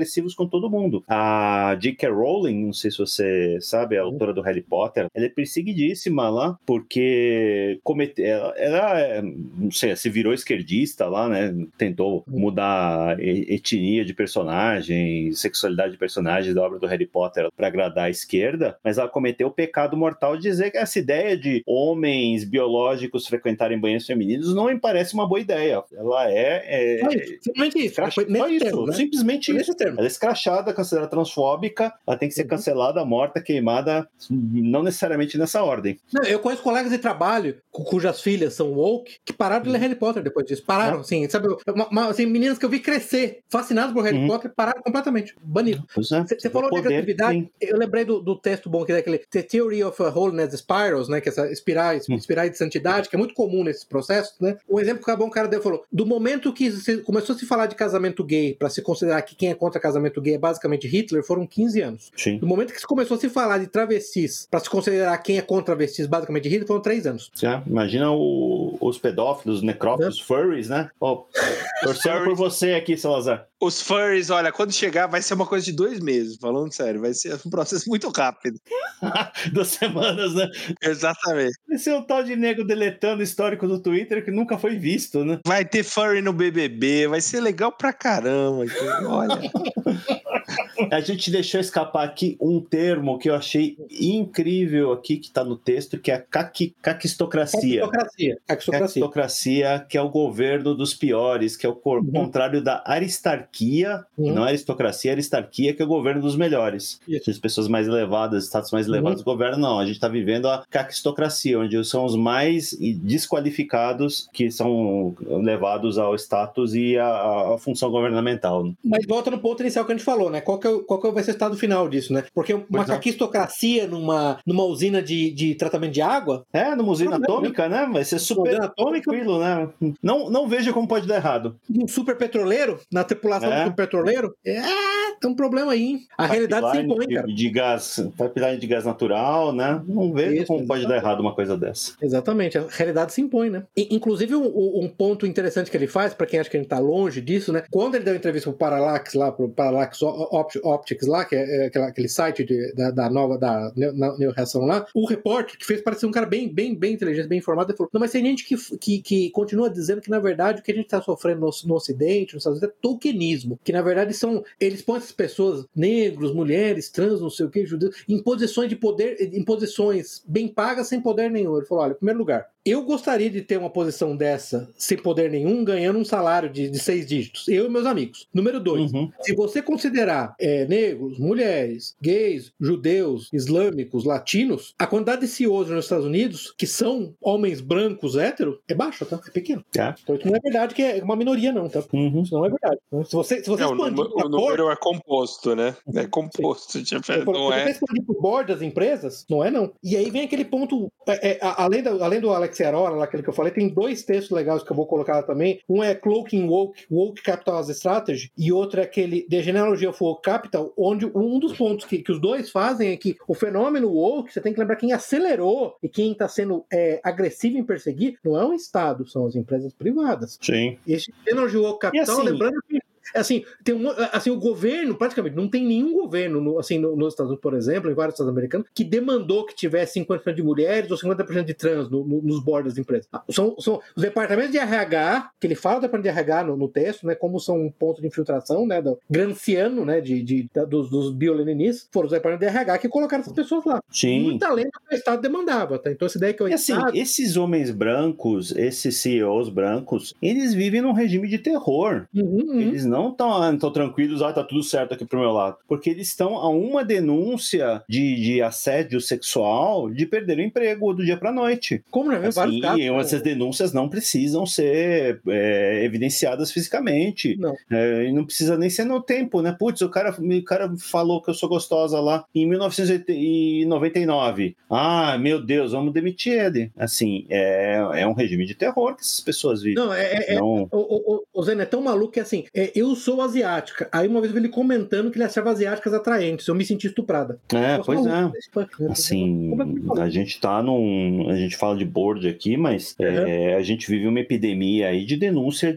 todo mundo. A J K. Rowling, não sei se você sabe, a autora do Harry Potter, ela é perseguidíssima lá, porque comete... ela, ela, não sei, se virou esquerdista lá, né? Tentou mudar a etnia de personagens, sexualidade de personagens da obra do Harry Potter para agradar a esquerda, mas ela cometeu o pecado mortal de dizer que essa ideia de homens biológicos frequentarem banheiros femininos não me parece uma boa ideia. Ela é... é... Só isso, simplesmente isso. Escrach... Foi nesse isso, termo, né? simplesmente Foi isso. nesse termo. Ela é escrachada, considerada transfóbica, ela tem que ser cancelada, morta, queimada, não necessariamente nessa ordem. Não, eu conheço colegas de trabalho cu- cujas filhas são woke que pararam de ler Harry Potter depois disso. Pararam, É. assim, sabe? Uma, uma, assim, meninas que eu vi crescer, fascinadas por Harry Uhum. Potter, pararam completamente. Banido. Pois é. Você falou de Poder, agressividade, sim. eu lembrei do, do texto bom que é aquele The Theory of Holiness Spirals, né? Que é essa espirais, Hum. espirais de santidade, que é muito comum nesses processos, né? Um exemplo que o bom cara deu falou: do momento que se, começou a se falar de casamento gay, para se considerar que quem é contra casamento gay é basicamente Hitler, foram quinze anos. Sim. No momento que se começou a se falar de travestis, para se considerar quem é contra travestis, basicamente Hitler, foram três anos. Já, imagina o, os pedófilos, os necrófilos, os furries, né? Ó, torcendo por você aqui, Salazar. Os furries, olha, quando chegar vai ser uma coisa de dois meses, falando sério, vai ser um processo muito rápido. Duas semanas, né? Exatamente. Esse é o tal de nego deletando o histórico do Twitter que nunca foi visto, né? Vai ter furry no B B B, vai ser legal pra caramba. Então, olha. A gente deixou escapar aqui um termo que eu achei incrível aqui, que tá no texto, que é a caqui, caquistocracia. Caquistocracia. Caquistocracia. Caquistocracia, que é o governo dos piores, que é o cor- Uhum. contrário da aristarquia, Uhum. não é aristocracia, é aristarquia, que é o governo dos melhores. Isso. As pessoas mais elevadas, status mais elevados do governo, não. A gente está vivendo a caquistocracia, onde são os mais desqualificados que são levados ao status e à, à função governamental. Né? Mas volta no ponto inicial que a gente falou, né? Qual que, é, o- qual que vai ser o estado final disso, né? Porque uma Pois é. caquistocracia numa, numa usina de, de tratamento de água, É, numa usina Problema, atômica, né? Vai ser super usina atômica, tranquilo, né? Não, não vejo como pode dar errado. um super petroleiro, na tripulação É. do super petroleiro, é, tem um problema aí, hein? A realidade se Pipeline impõe, de, cara. de gás, pipeline de gás natural, né? Não vejo Isso, como pode dar exatamente. errado uma coisa dessa. Exatamente, a realidade se impõe, né? E, inclusive, um, um ponto interessante que ele faz, pra quem acha que a gente tá longe disso, né? Quando ele deu entrevista pro Parallax lá, pro Parallax Opt- Optics lá, que é, é aquela- aquele site de- da, da nova, da Neo- na- Neo-Reação lá, o repórter, que fez parecer um cara bem, bem, bem inteligente, bem informado, ele falou: não, mas tem gente que, que, que continua dizendo que, na verdade, o que a gente tá sofrendo no, no Ocidente, nos Estados Unidos, é tokenismo. Que, na verdade, são. Eles põem essas pessoas, negros, mulheres, trans, não sei o que, judeus, em posições de poder, em posições bem pagas, sem poder nenhum. Ele falou: olha, em primeiro lugar, eu gostaria de ter uma posição dessa, sem poder nenhum, ganhando um salário de, de seis dígitos. Eu e meus amigos. Número dois, Uhum. se você considerar é, negros, mulheres, gays, judeus, islâmicos, latinos, a quantidade de C E Os nos Estados Unidos, que são homens brancos héteros, é baixa, tá? É pequeno. É. Então isso não é verdade que é uma minoria, não, tá? Uhum. Isso não é verdade. Se você, se você É, o, expandir número, pra o número porta, é composto, né? É composto, tipo, eu falo, não se você é. expandir pro board das empresas, não é não. E aí vem aquele ponto, é, é, a- além, da, além do Alex Arora, lá, aquele que eu falei, tem dois textos legais que eu vou colocar lá também. Um é Cloaking Woke, Woke Capital as Strategy, e outro é aquele The Genealogy of Woke Capital, onde um dos pontos que, que os dois fazem é que o fenômeno woke, você tem que lembrar quem acelerou e quem está sendo é, agressivo em perseguir, não é o Estado, são as empresas privadas. Sim. Esse Genealogy Woke Capital, assim, lembrando que assim, tem um, assim, o governo, praticamente, não tem nenhum governo, no, assim, no, nos Estados Unidos, por exemplo, em vários estados americanos, que demandou que tivesse cinquenta por cento de mulheres ou cinquenta por cento de trans no, no, nos boards das empresas. São, são os departamentos de R H, que ele fala do departamento de R H no, no texto, né, como são um ponto de infiltração, né, do Gramsciano, né, de, de, da, dos, dos bioleninistas, foram os departamentos de R H que colocaram essas pessoas lá. Sim. Muito além do que o Estado demandava, tá? Então essa ideia que o E assim, Estado... esses homens brancos, esses C E Os brancos, eles vivem num regime de terror. Uhum, uhum. Eles não estão tranquilos, ah, tá tudo certo aqui pro meu lado. Porque eles estão a uma denúncia de, de assédio sexual de perder o emprego do dia pra noite. Como não é? Vários Assim, casos. e essas denúncias não precisam ser é, evidenciadas fisicamente. Não. É, e não precisa nem ser no tempo, né? Putz, o cara, o cara falou que eu sou gostosa lá em mil novecentos e noventa e nove. Ah, meu Deus, vamos demitir ele. Assim, é, é um regime de terror que essas pessoas vivem. Não, é, é, Não... O, o, o Zé é tão maluco que assim, é, eu sou asiática. Aí uma vez eu vi ele comentando que ele achava asiáticas atraentes. Eu me senti estuprada. É, Posso pois falar, é. Assim, a gente tá num... A gente fala de board aqui, mas uhum. é, a gente vive uma epidemia aí de denúncia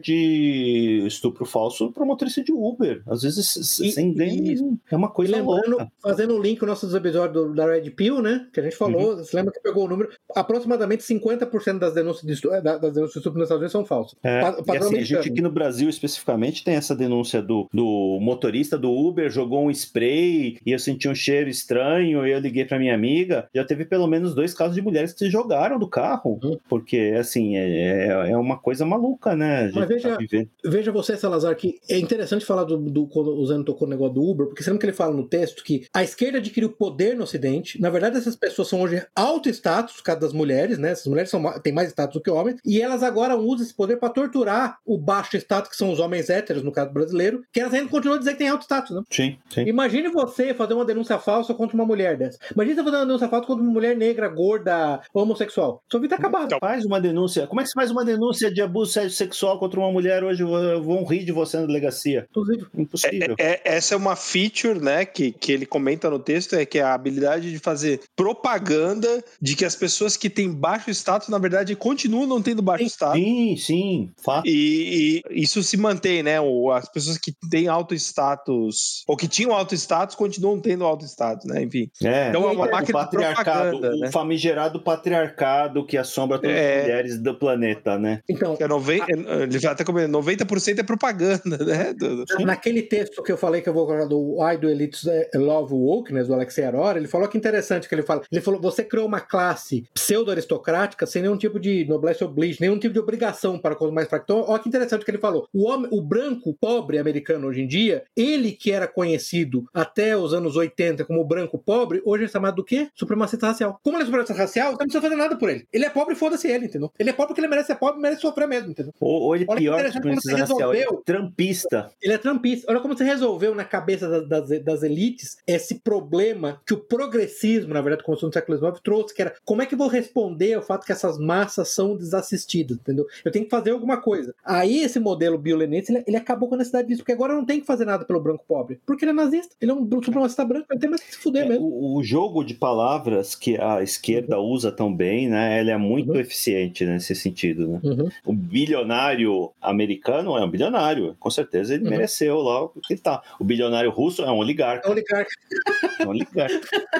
de estupro falso para motorista de Uber. Às vezes, e, sem ideia, é uma coisa lembrando, louca. Fazendo o link com nossos episódios do, da Red Pill, né? Que a gente falou, uhum. você lembra que pegou o número? Aproximadamente cinquenta por cento das denúncias de estupro, das denúncias de estupro nos Estados Unidos são falsas. É, e assim, a gente aqui no Brasil, especificamente, tem essa denúncia do, do motorista do Uber, jogou um spray e eu senti um cheiro estranho e eu liguei pra minha amiga. Já teve pelo menos dois casos de mulheres que se jogaram do carro, uhum. porque, assim, é, é uma coisa maluca, né? Mas veja, tá veja você, Salazar, que é interessante falar do, do quando o Zeno tocou no negócio do Uber, porque você lembra que ele fala no texto que a esquerda adquiriu poder no Ocidente. Na verdade, essas pessoas são hoje alto status, cada das mulheres, né? Essas mulheres são, têm mais status do que homens, e elas agora usam esse poder para torturar o baixo status, que são os homens héteros, no caso brasileiro, que elas ainda continuam a dizer que tem alto status, né? Sim, sim. Imagine você fazer uma denúncia falsa contra uma mulher dessa. Imagine você fazer uma denúncia falsa contra uma mulher negra, gorda, homossexual. Sua vida tá acabada. Então, faz uma denúncia. Como é que você faz uma denúncia de abuso sexual contra uma mulher hoje? Vão rir de você na delegacia. Impossível. Impossível. É, é, essa é uma feature, né, que, que ele comenta no texto, é que é a habilidade de fazer propaganda de que as pessoas que têm baixo status, na verdade, continuam não tendo baixo sim, status. Sim, sim. Fato. E, e isso se mantém, né? As pessoas que têm alto status, ou que tinham alto status, continuam tendo alto status, né? Enfim. É, então é uma o máquina de propaganda, o né? famigerado patriarcado que assombra todas é... as mulheres do planeta, né? Então, é noventa, a... ele até comendo, noventa por cento é propaganda, né? Naquele texto que eu falei que eu vou colocar do Why do Elites Love Wokeness, do Alexei Arora, ele falou que interessante que ele fala. Ele falou, você criou uma classe pseudo-aristocrática sem nenhum tipo de noblesse oblige, nenhum tipo de obrigação para com os mais fracos. Então, olha que interessante que ele falou. O homem, o branco pobre americano hoje em dia, ele que era conhecido até os anos oitenta como branco pobre, hoje é chamado do quê? Supremacista racial. Como ele é supremacista racial, você não precisa fazer nada por ele. Ele é pobre, foda-se ele, entendeu? Ele é pobre porque ele merece ser pobre e merece sofrer mesmo, entendeu? Ou, ou ele é pior que supremacista racial, ele é trampista. Ele é trampista. Olha como você resolveu na cabeça das, das, das elites esse problema que o progressismo, na verdade, começou no século dezenove, trouxe, que era como é que eu vou responder ao fato que essas massas são desassistidas, entendeu? Eu tenho que fazer alguma coisa. Aí esse modelo biolenense, ele, ele acabou com a necessidade disso, porque agora eu não tenho que fazer nada pelo branco pobre, porque ele é nazista, ele é um supremacista branco, ele tem mais que se fuder é, mesmo. O, o jogo de palavras que a esquerda uhum. usa tão bem, né, ele é muito uhum. eficiente nesse sentido, né? Uhum. O bilionário americano é um bilionário, com certeza ele uhum. mereceu lá o que ele tá. O bilionário russo é um oligarca. É um oligarca. É um oligarca.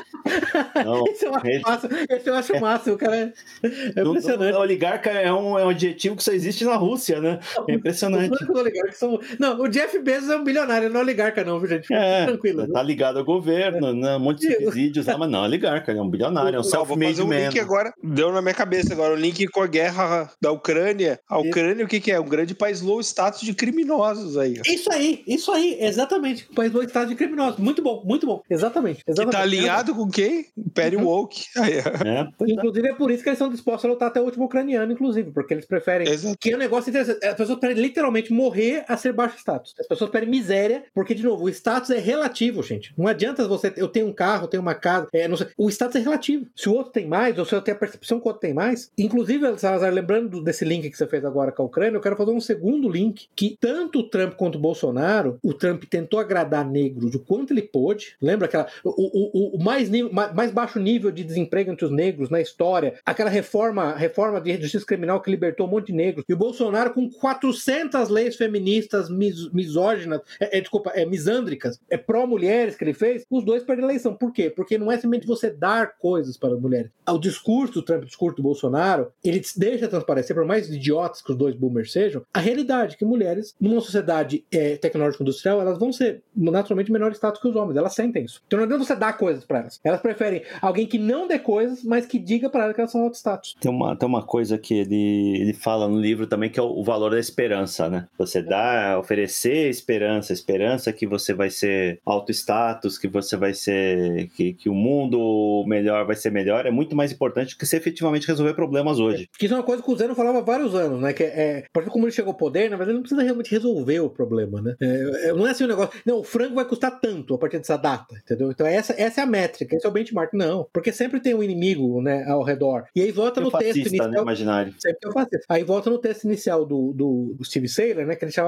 Não, esse eu acho ele... massa, esse eu acho massa, o cara é, é impressionante. O, o, oligarca é um, é um adjetivo que só existe na Rússia, né? É impressionante. Os são... Não, o Jeff Bezos é um bilionário, não é oligarca não, viu, gente? Fica é, tranquilo. Tá ligado ao governo, é. né? Um monte de subsídios lá, mas não, é oligarca, ele é um bilionário, é um self-made man. Vou fazer um link agora, deu na minha cabeça agora, o link com a guerra da Ucrânia. A Ucrânia, o que que é? Um grande país low status de criminosos aí. Isso aí, isso aí, exatamente. Um país low status de criminosos. Muito bom, muito bom. Exatamente. exatamente. Que tá alinhado com quem? Império uhum. Woke. É, inclusive é por isso que eles são dispostos a lutar até o último ucraniano, inclusive, porque eles preferem... Exato. Que é um negócio interessante. As pessoas preferem literalmente morrer a ser baixo status. As pessoas preferem miséria, porque, de novo, o status é relativo, gente. Não adianta você... Eu tenho um carro, eu tenho uma casa, é, não sei. O status é relativo. Se o outro tem mais, ou se eu tenho a percepção que o outro tem mais... Inclusive, Salazar, lembrando desse link que você fez agora com a Ucrânia, eu quero fazer um segundo link, que tanto o Trump quanto o Bolsonaro, o Trump tentou agradar negros o quanto ele pôde. Lembra aquela... O, o, o mais, nível, mais baixo nível de desemprego entre os negros na história, aquela reforma, reforma de justiça criminal que libertou um monte de negros, e o Bolsonaro com quatrocentas leis feministas mis, misóginas, é, é, desculpa, é, misândricas, é pró-mulheres que ele fez, os dois perderam a eleição. Por quê? Porque não é simplesmente você dar coisas para as mulheres. O discurso do Trump, o discurso do Bolsonaro, ele deixa transparecer, por mais idiotas que os dois boomers sejam, a realidade que mulheres, numa sociedade é, tecnológico-industrial, elas vão ser naturalmente menor status que os homens, elas sentem isso. Então não adianta você dar coisas para elas. Elas preferem alguém que não dê coisas, mas que diga para elas que elas são alto status. Tem uma, tem uma coisa que ele, ele fala no livro também, que é o, o valor da esperança, né? Você dá, oferecer esperança, esperança que você vai ser alto status, que você vai ser, que, que o mundo melhor vai ser melhor, é muito mais importante que você efetivamente resolver problemas hoje. Que isso é uma coisa que o Zeno falava há vários anos, né? Que é, porque como ele chegou ao poder, na verdade, ele não precisa realmente resolver o problema, né? É, não é assim o um negócio, não, o frango vai custar tanto a partir dessa data, entendeu? Então essa, essa é a métrica, esse é o benchmark. Não, porque sempre tem um inimigo, né, ao redor. E aí volta no fascista, texto inicial. Né, imaginário. Sempre tem o fascista. Aí volta no texto inicial do, do, do Steve Saylor, né, que ele chamava da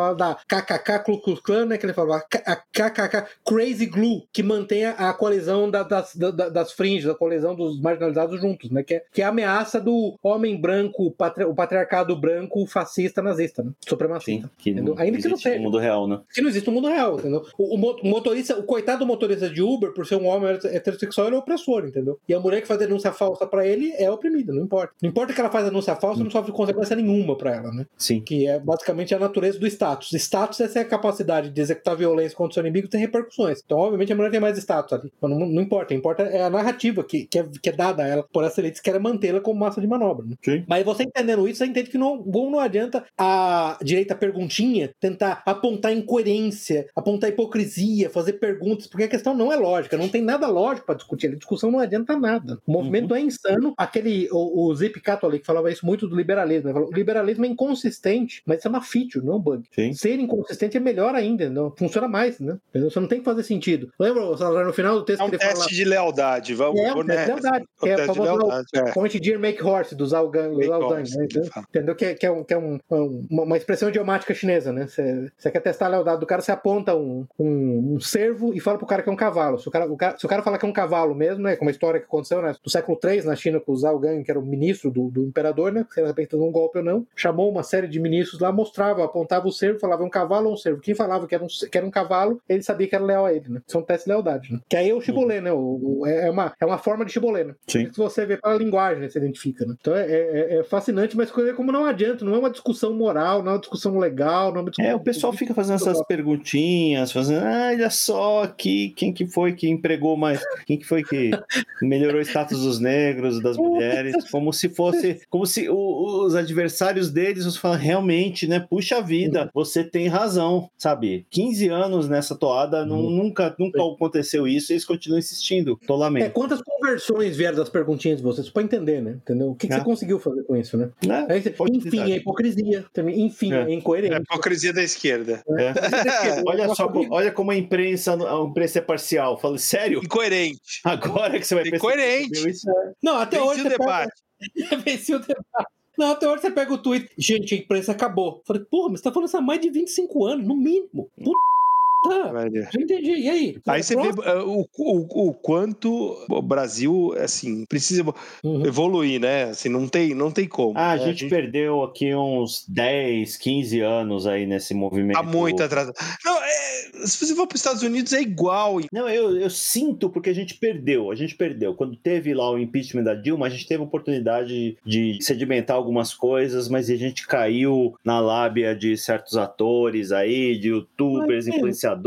K K K Ku Klux Klan, né, que ele falava, a K K K Crazy Glue, que mantém a coalizão da, das, da, das fringes, a coalizão dos marginalizados juntos, né, que é, que é a ameaça do homem branco, patri, o patriarcado branco, fascista, nazista, né, supremacista. Sim, que não, ainda que não seja. No mundo real, né? Que não existe no mundo real, entendeu? O, o motorista, o coitado do motorista de Uber, por ser um homem heterossexual, ele é opressor, entendeu? E a mulher que faz denúncia falsa pra ele é oprimida, não importa. Não importa que ela faz denúncia falsa, não sofre consequência nenhuma pra ela, né? Sim. Que é basicamente a natureza do status. Status é a capacidade de executar violência contra o seu inimigo e ter repercussões. Então, obviamente, a mulher tem mais status ali. Não, não importa. Importa é a narrativa que, que, é, que é dada a ela por essa elite, que quer mantê-la como massa de manobra, né? Sim. Mas você entendendo isso, você entende que não, não adianta a direita perguntinha tentar apontar incoerência, apontar hipocrisia, fazer perguntas, porque a questão não é lógica, não tem nada lógico para discutir. A discussão não adianta nada. O movimento uhum. é insano. Aquele, o, o Zip Catholic falava isso muito do liberalismo. Ele falou, o liberalismo é inconsistente, mas isso é uma feature, não um bug. Sim. Ser inconsistente é melhor ainda, não, funciona mais, né? Você não tem que fazer sentido. Lembra, no final do texto é um que ele teste fala... de lealdade, vamos... É um teste de lealdade. É, é, de lealdade, é. Como a gente dear make horse, dos Zhaogang, né? Entendeu? Que, que é, um, que é um, um, uma expressão idiomática chinesa, né? Você quer testar a lealdade do cara, você aponta um, um, um cervo e fala pro cara que é um cavalo. Se o cara, o cara, se o cara falar que é um cavalo mesmo, né? Como a história que aconteceu, né? Do século três na China com o Zhao Gang, que era o ministro do, do imperador, né? Se ele repente um golpe ou não, chamou uma série de ministros lá, mostrava, apontava o cervo, falava um cavalo ou um cervo. Quem falava que era um, que era um cavalo, ele sabia que era leal a ele, né? Isso é um teste de lealdade, né? Que aí é o chibolê, né? O, o, é, uma, é uma forma de chibolê, né? Sim. Se você vê pela linguagem, né? Você identifica, né? Então é, é, é fascinante, mas como não adianta, não é uma discussão moral, não é uma discussão legal, não é uma discussão... É, o pessoal fica fazendo essas perguntinhas, fazendo, ah, olha só aqui, quem que foi que empregou mais, quem que foi que melhorou o status dos negros, das mulheres, como se fosse, como se o, os adversários deles, você fala, realmente, né, puxa vida, você tem razão, sabe, quinze anos nessa toada, não, nunca, nunca aconteceu isso, e eles continuam insistindo, tolamente. É, quantas conversões vieram das perguntinhas de vocês, pra entender, né, entendeu? O que, que é. você conseguiu fazer com isso, né? É, Aí, enfim, é hipocrisia, também, enfim, é, é incoerência. É a hipocrisia da esquerda. É. É. Olha só, olha como a imprensa, a imprensa é parcial. Fala, sério? Incoerente. Agora que você vai pensar. Incoerente. Isso é... Não, até Venci hoje. o debate. Pega... Venci o debate. Não, até hoje você pega o tweet. Gente, a imprensa acabou. Falei, porra, mas você tá falando isso há mais de vinte e cinco anos, no mínimo. Puta. Ah, já entendi. E aí? Aí você vê uh, o, o, o quanto o Brasil, assim, precisa uhum. evoluir, né? Assim, não tem, não tem como. Ah, a gente, a gente perdeu aqui uns dez, quinze anos aí nesse movimento. Tá muito atrasado. Não, é, se você for para os Estados Unidos é igual. Não, eu, eu sinto porque a gente perdeu. A gente perdeu. Quando teve lá o impeachment da Dilma, a gente teve a oportunidade de sedimentar algumas coisas, mas a gente caiu na lábia de certos atores aí, de youtubers, mas, influenciadores,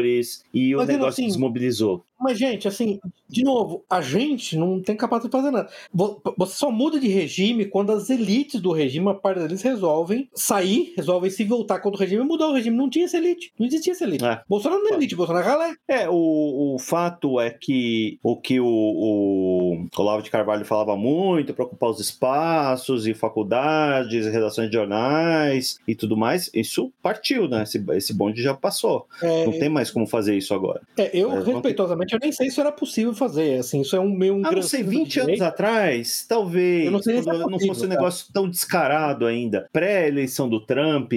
e o negócio assim, desmobilizou. Mas, gente, assim, de novo, a gente não tem capacidade de fazer nada. Você só muda de regime quando as elites do regime, a parte deles, resolvem sair, resolvem se voltar contra o regime e mudar o regime. Não tinha essa elite. Não existia essa elite. É. Bolsonaro não é elite, Bolsonaro é galera. É, o, o fato é que o que o, o Olavo de Carvalho falava muito, para ocupar os espaços e faculdades, redações de jornais e tudo mais, isso partiu, né? Esse, esse bonde já passou. É, não tem mais como fazer isso agora. É, eu, é, respeitosamente, eu nem sei se era possível fazer, assim, isso é um meio um ah, não sei, vinte anos atrás, talvez, eu não, sei se não fosse um negócio cara. tão descarado ainda, pré-eleição do Trump,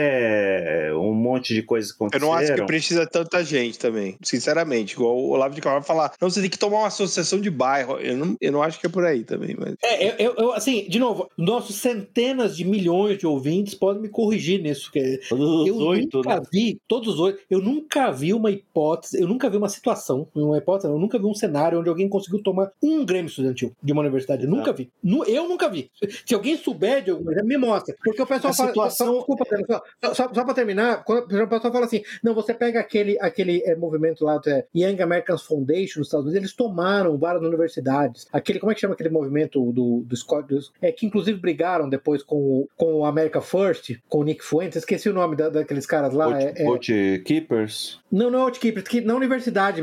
pré um monte de coisas aconteceram. Eu não acho que precisa tanta gente também, sinceramente, igual o Olavo de Carvalho falar, não, você tem que tomar uma associação de bairro, eu não, eu não acho que é por aí também, mas... É, eu, eu, assim, de novo, nossos centenas de milhões de ouvintes podem me corrigir nisso, que todos eu os oito, nunca né? vi, todos os oito, eu nunca vi uma hipótese, eu nunca vi uma situação, uma hipótese, eu nunca vi um cenário onde alguém conseguiu tomar um Grêmio estudantil de uma universidade. Eu nunca vi. Eu nunca vi. Se alguém souber de alguma coisa, me mostra. Porque o pessoal a fala. Situação... Só, desculpa, só, só, só pra terminar, quando o pessoal fala assim: não, você pega aquele, aquele é, movimento lá, é, Young Americans Foundation nos Estados Unidos, eles tomaram várias universidades. Aquele, como é que chama aquele movimento do, do Scott? Do, é, que inclusive brigaram depois com o, com o America First, com o Nick Fuentes. Esqueci o nome da, daqueles caras lá. Out, é, é... Outkeepers? Não, não é Outkeepers, que na universidade mesmo. Sabe que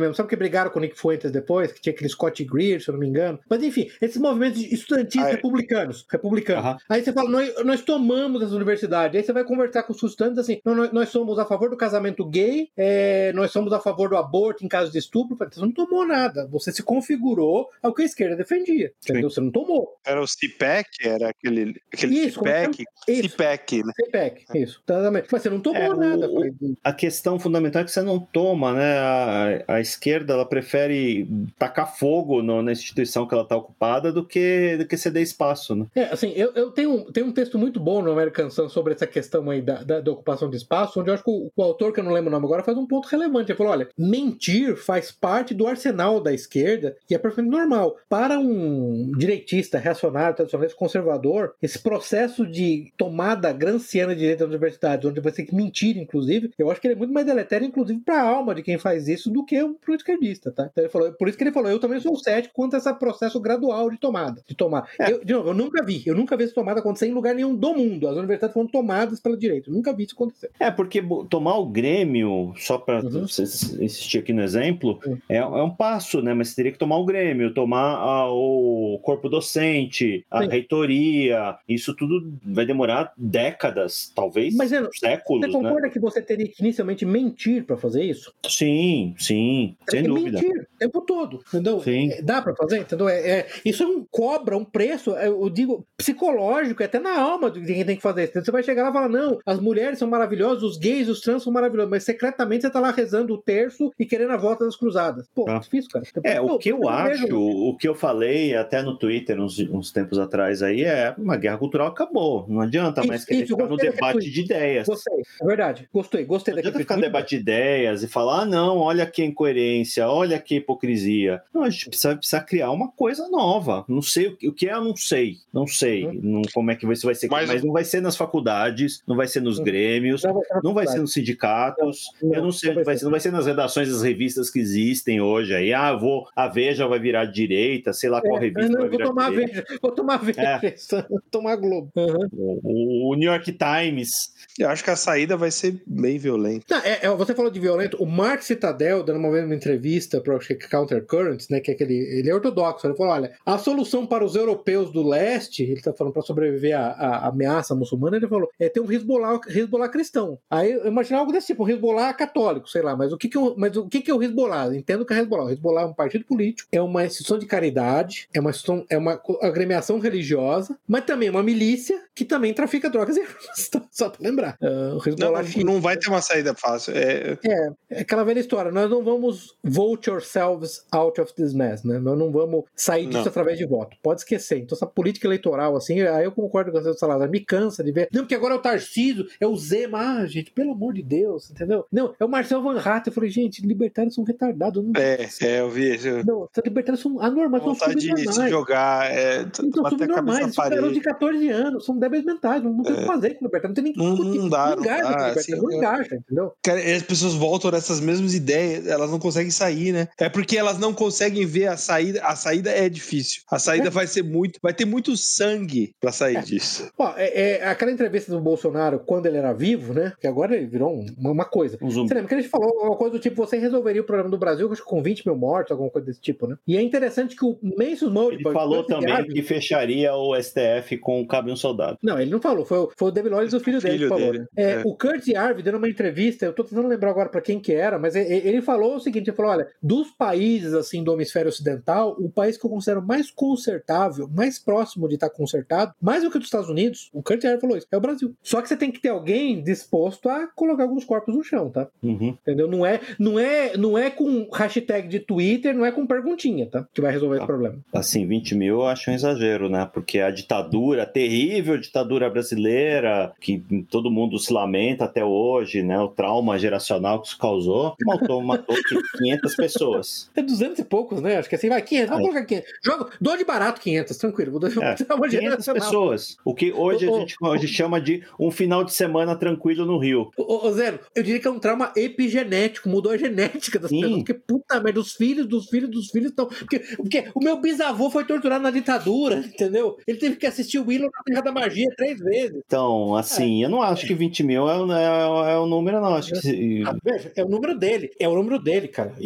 brigaram com o Nick Fuentes depois, que tinha aquele Scott Greer, se eu não me engano. Mas enfim, esses movimentos estudantis ah, é. republicanos. republicanos. Uhum. Aí você fala, nós, nós tomamos essa universidade. Aí você vai conversar com os estudantes assim, nós, nós somos a favor do casamento gay, é, nós somos a favor do aborto em caso de estupro. Você não tomou nada. Você se configurou ao que a esquerda defendia. Entendeu? Você não tomou. Era o C P E C, era aquele, aquele Isso, C P E C. isso. C P E C, né? C P E C, isso. Exatamente. Mas você não tomou É, nada. o- A questão fundamental é que você não toma, né? A, a esquerda, ela prefere tacar fogo no- na instituição que ela está ocupada do que, do que ceder espaço, né? É, assim, eu, eu tenho, tenho um texto muito bom no American Sun sobre essa questão aí da, da, da ocupação de espaço, onde eu acho que o, o autor, que eu não lembro o nome agora, faz um ponto relevante. Ele falou, olha, mentir faz parte do arsenal da esquerda e é perfeitamente normal. Para um direitista, reacionário, tradicionalista, conservador, esse processo de tomada granciana de direito das universidades, onde você tem que mentir, inclusive, eu acho que ele é muito mais deletério, inclusive, para a alma de quem faz isso do que um pro esquerdista, tá? Então ele falou, por isso que ele falou, eu também sou cético quanto a esse processo gradual de tomada. De tomar. É. Eu, de novo, eu nunca vi, eu nunca vi essa tomada acontecer em lugar nenhum do mundo. As universidades foram tomadas pela direita. Eu nunca vi isso acontecer. É, porque bo- tomar o Grêmio, só para Uhum. insistir aqui no exemplo, Uhum. é, é um passo, né? Mas você teria que tomar o Grêmio, tomar a- o corpo docente, a Sim. reitoria. Isso tudo vai demorar décadas, talvez Mas, Zeno, séculos, Você né? concorda que você teria que inicialmente mentir para fazer isso? Sim, sim, Tem sem que dúvida. mentir o tempo todo, entendeu? Sim. É, dá para fazer, entendeu? É, é, isso é um cobra, um preço, é, eu digo, psicológico, é até na alma de quem tem que fazer isso. Então, você vai chegar lá e falar, não, as mulheres são maravilhosas, os gays, os trans são maravilhosos, mas secretamente você tá lá rezando o terço e querendo a volta das cruzadas. Pô, Ah. difícil, cara. É, o que eu não acho, vejo- o que eu falei até no Twitter uns, uns tempos atrás aí é uma guerra cultural acabou. Não adianta Isso, mais querer isso, eu ficar no gostei daquele debate tweet. de ideias. Gostei, é verdade, gostei, gostei Não daquele adianta ficar no tweet. debate de ideias e falar, ah, não, olha que incoerência, olha que hipocrisia. Não, a gente precisa, precisa criar uma coisa nova. Não sei o que, o que é, eu não sei. Não sei Uhum. não, como é que vai, se vai ser. Mas- Mas não vai ser nas faculdades, não vai ser nos Uhum. grêmios, Não vai ser na não vai ser faculdade. nos sindicatos. Não, eu não sei não onde vai vai ser. ser. Não vai ser nas redações das revistas que existem hoje aí. Ah, vou, a Veja vai virar direita, sei lá qual É, revista não, vai vou virar tomar a direita. Veja, vou tomar a Veja, É. vou tomar a Globo. Uhum. O, o New York Times. Eu acho que a saída vai ser bem violenta. Não, é, é, você falou de violento. O Mark Citadel, dando uma vez uma entrevista para o Counter Currents, né, que é aquele, ele é ortodoxo. Ele falou: olha, a solução para os europeus do leste, ele está falando para sobreviver à, à ameaça muçulmana, ele falou: é ter um Hezbollah, Hezbollah cristão. Aí eu imaginava algo desse tipo, um Hezbollah católico, sei lá. Mas o que, que, eu, mas o, que, que é o Hezbollah? Eu entendo que é o Hezbollah. O Hezbollah é um partido político, é uma instituição de caridade, é uma, instituição, é uma agremiação religiosa, mas também uma milícia que também trafica drogas e armas. Só para lembrar. Uh, o Hezbollah Não, não vai ter uma saída fácil. É, É, é aquela velha história, nós não vamos vote yourselves out of this mess, né? Nós não vamos sair disso Não. através de voto. Pode esquecer. Então, essa política eleitoral, assim, aí eu concordo com o seu Salazar, me cansa de ver. Não, porque agora é o Tarcísio, é o Zema. Ah, gente, pelo amor de Deus, entendeu? Não, é o Marcel Van Hatten. Eu falei, gente, libertários são retardados. Não, é, é, eu vi isso. não, os libertários são anormais, são Vontade de se subnormais. jogar, é, Eles são bater a subnormais, cabeça são na garotos de parede. catorze anos, são débeis mentais, não, não tem o que fazer com o libertário, não tem nem que Não- discutir. não dá, não engaja dá, com o libertário, assim, não é- engaja, entendeu? Cara, e as pessoas voltam nessas mesmas ideias, elas não conseguem sair, né? É porque elas não conseguem ver a saída. A saída é difícil. A saída É. vai ser muito. Vai ter muito sangue pra sair disso. Ó, é, é, aquela entrevista do Bolsonaro quando ele era vivo, né? Que agora ele virou um- uma, uma coisa. Um zumbi. Você lembra que ele falou uma coisa do tipo: você resolveria o problema do Brasil acho que com vinte mil mortos, alguma coisa desse tipo, né? E é interessante que o Mason Mode. Ele falou também que fecharia o S T F com Cabe um Soldado. Não, ele não falou, foi, o- foi o David Lloyd e o filho, O filho dele que falou, dele, né? É, é. O Kurt Yarvie dando uma entrevista, eu tô tentando lembrar agora pra quem que era, mas ele, ele falou o seguinte, ele falou, olha, dos países, assim, do hemisfério ocidental, o país que eu considero mais consertável, mais próximo de estar consertado, mais do que dos Estados Unidos, o Kurt Yarvie falou isso, é o Brasil. Só que você tem que ter alguém disposto a colocar alguns corpos no chão, tá? Uhum. Entendeu? Não é, não é, não é com hashtag de Twitter, não é com perguntinha, tá? Que vai resolver Tá. esse problema. Assim, vinte mil eu acho um exagero, né? Porque a ditadura, a terrível ditadura brasileira, que todo mundo se lamenta até hoje, né? O trauma geracional que isso causou, matou, matou quinhentas pessoas. É duzentos e poucos, né? Acho que assim, vai, quinhentos, vamos É. colocar quinhentos. Joga, dou de barato quinhentos, tranquilo. Vou dar É, uma quinhentas geracional. pessoas. O que hoje Ô, a ô, gente hoje chama de um final de semana tranquilo no Rio. Ô, ô, Zero, eu diria que é um trauma epigenético, mudou a genética das Sim. pessoas, porque puta merda, os filhos dos filhos dos filhos estão. Porque, porque o meu bisavô foi torturado na ditadura, entendeu? Ele teve que assistir o Willow na Terra da Magia três vezes. Então, assim, eu não acho que vinte mil é, o- é, o- é o número, não. Acho que se- Ah, veja, é o número dele, é o número dele, cara. E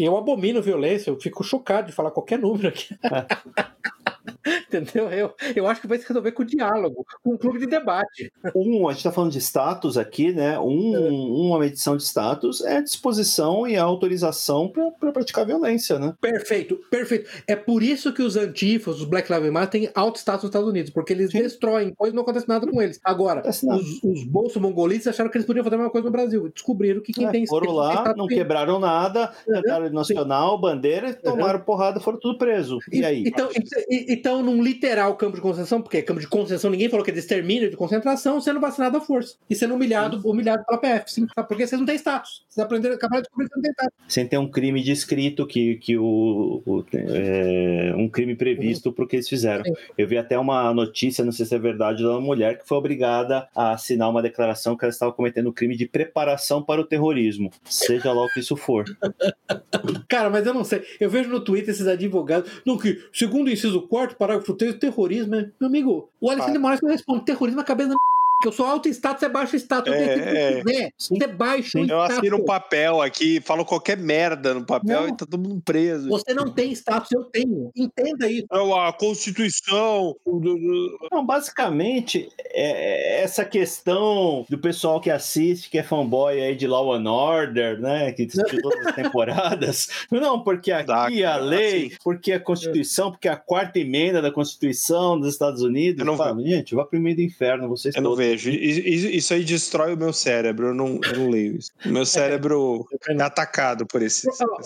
eu abomino violência, eu fico chocado de falar qualquer número aqui. Entendeu? Eu, eu acho que vai se resolver com o diálogo, com um clube de debate. Um, a gente está falando de status aqui, né? Um, é. Uma medição de status é a disposição e a autorização para praticar violência, né? Perfeito, perfeito. É por isso que os antifas, os Black Lives Matter, têm alto status nos Estados Unidos, porque eles Sim. destroem, pois não acontece nada com eles. Agora, os, os bolso-mongolistas acharam que eles podiam fazer a mesma coisa no Brasil. Descobriram que quem é, tem... Foram lá, não quebraram nada, cantaram uhum. nacional, Sim. bandeira, tomaram uhum. porrada, foram tudo presos. E, e aí? Então, então, num literal campo de concentração, porque campo de concentração ninguém falou que é de extermínio de concentração, sendo vacinado à força. E sendo humilhado, humilhado pela P F. Sim, sabe? Porque vocês não têm status. Vocês aprenderam, acabaram de descobrir que não tem status. Sem ter um crime descrito, que, que o, o é, um crime previsto uhum. porque eles fizeram. Sim. Eu vi até uma notícia, não sei se é verdade, de uma mulher que foi obrigada a assinar uma declaração que ela estava cometendo o crime de preparação para o terrorismo. Seja lá o que isso for. Cara, mas eu não sei. Eu vejo no Twitter esses advogados, não, que, segundo o inciso quarto, parágrafo três, terrorismo, é... meu amigo, o Alexandre ah. Moraes não responde, terrorismo é a cabeça da que eu sou alto status, é baixo status. É, eu tenho que quiser. Você é baixo eu status. assino um papel aqui, falo qualquer merda no papel não. E tá todo mundo preso. Você não tem status, eu tenho. Entenda isso. A Constituição. Não, basicamente, é essa questão do pessoal que assiste, que é fanboy aí de Law and Order, né? Que assistiu todas as temporadas. Não, porque aqui a lei, assim. Porque a Constituição, porque a quarta emenda da Constituição dos Estados Unidos. Eu não falo, gente, vá pro meio do inferno, vocês eu todos. Não vejo. Isso aí destrói o meu cérebro, eu não, eu não leio isso. O meu cérebro é, é atacado por esse...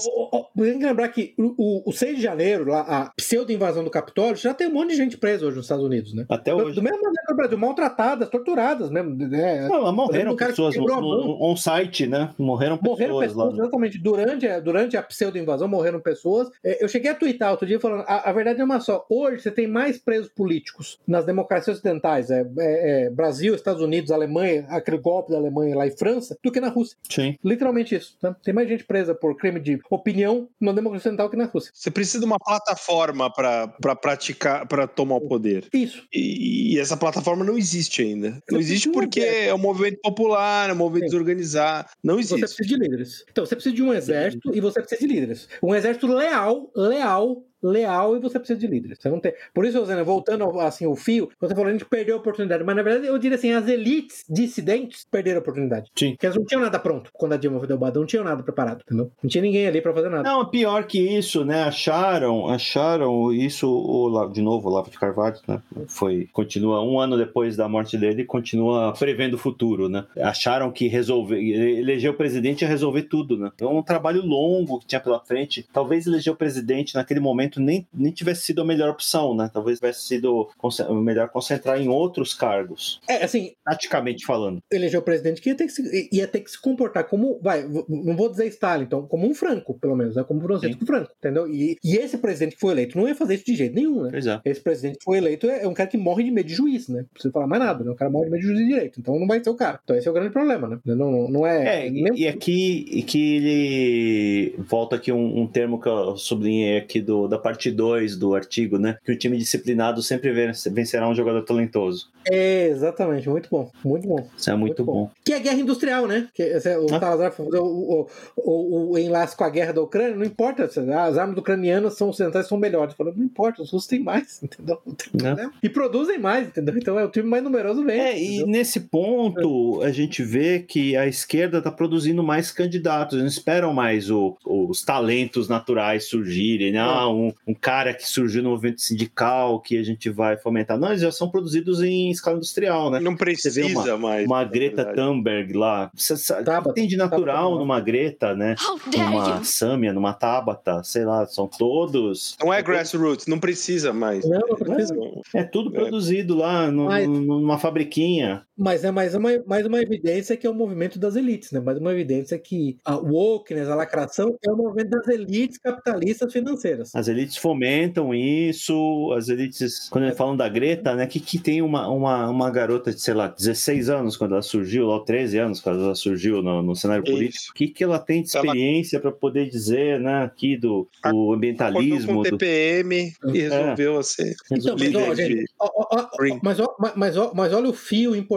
Tem que lembrar que o, o seis de janeiro, lá, a pseudo-invasão do Capitólio, já tem um monte de gente presa hoje nos Estados Unidos, né? Até hoje. Do, do mesmo maneira que o Brasil, maltratadas, torturadas mesmo. Né? Não, morreram pessoas on-site, né? Morreram pessoas, morreram pessoas lá. Exatamente. Durante a, durante a pseudo-invasão, morreram pessoas. Eu cheguei a twittar outro dia falando, a, a verdade é uma só. Hoje você tem mais presos políticos nas democracias ocidentais, é, é, é Brasil, Estados Unidos, Alemanha, aquele golpe da Alemanha lá e França, do que na Rússia. Sim. Literalmente isso. Né? Tem mais gente presa por crime de opinião na democracia ocidental que na Rússia. Você precisa de uma plataforma para pra praticar, para tomar o poder. Isso. E, e essa plataforma não existe ainda. Não existe porque é um movimento popular, é um movimento desorganizado. Não existe. Você precisa de líderes. Então, você precisa de um exército e você precisa de líderes. Um exército leal, leal, leal e você precisa de líderes. Você não tem. Por isso, Zena, voltando assim o fio, você falou a gente perdeu a oportunidade, mas na verdade eu diria assim, as elites dissidentes perderam a oportunidade. Sim. Porque elas não tinham nada pronto quando a Dilma foi derrubada, não tinham nada preparado, entendeu? Não tinha ninguém ali pra fazer nada. Não, pior que isso, né? Acharam, acharam isso, o, de novo, o Olavo de Carvalho, né? Foi, continua um ano depois da morte dele, continua prevendo o futuro, né? Acharam que resolver, eleger o presidente ia resolver tudo, né? É um trabalho longo que tinha pela frente. Talvez eleger o presidente naquele momento Nem, nem tivesse sido a melhor opção, né? Talvez tivesse sido melhor concentrar em outros cargos. É, assim... Taticamente falando. Eleger o presidente que ia ter que se, ia ter que se comportar como... Vai, não vou dizer Stalin, então, como um Franco, pelo menos, né? Como um Francisco Franco, entendeu? E, e esse presidente que foi eleito não ia fazer isso de jeito nenhum, né? Pois é. Esse presidente que foi eleito é um cara que morre de medo de juiz, né? Não precisa falar mais nada, né? O cara morre de medo de juiz de direito, então não vai ser o cara. Então esse é o grande problema, né? Não, não é... É, mesmo... e aqui e que ele... Volta aqui um, um termo que eu sublinhei aqui do, da parte dois do artigo, né? Que o time disciplinado sempre vencerá um jogador talentoso. É, exatamente. Muito bom. Muito bom. Isso é muito, muito bom. bom. Que é a guerra industrial, né? Que é, o Salazar ah. o, o, o, o enlace com a guerra da Ucrânia, não importa. As armas ucranianas são ocidentais, são melhores. Falando, não importa, os russos têm mais, entendeu? Não tem problema. E produzem mais, entendeu? Então é o time mais numeroso vem. É, entendeu? E nesse ponto a gente vê que a esquerda está produzindo mais candidatos. Não esperam mais o, os talentos naturais surgirem, né? Ah, um, um cara que surgiu no movimento sindical que a gente vai fomentar. Não, eles já são produzidos em escala industrial, né? Não precisa uma, mais. Uma Greta Thunberg lá. Você sabe, tá, tem de natural tá, tá, numa Greta, né? Numa Sâmia, numa Tabata, sei lá, são todos... Não é grassroots, não precisa mais. Não, não precisa. É, é tudo produzido é. lá no, mas, numa fabriquinha. Mas é mais uma, mais uma evidência que é o movimento das elites, né? Mais uma evidência que a wokeness, a lacração, é o movimento das elites capitalistas financeiras. As elites fomentam isso, as elites, quando eles falam da Greta, né, que, que tem uma, uma, uma garota de, sei lá, dezesseis anos, quando ela surgiu, lá, treze anos, quando ela surgiu no, no cenário isso. político, o que, que ela tem de experiência ela... para poder dizer, né, aqui do, do ambientalismo. Com o do... T P M e resolveu é. ser então, mas, ó, gente, ó, ó, ó, mas, ó, mas, ó, mas olha o fio importante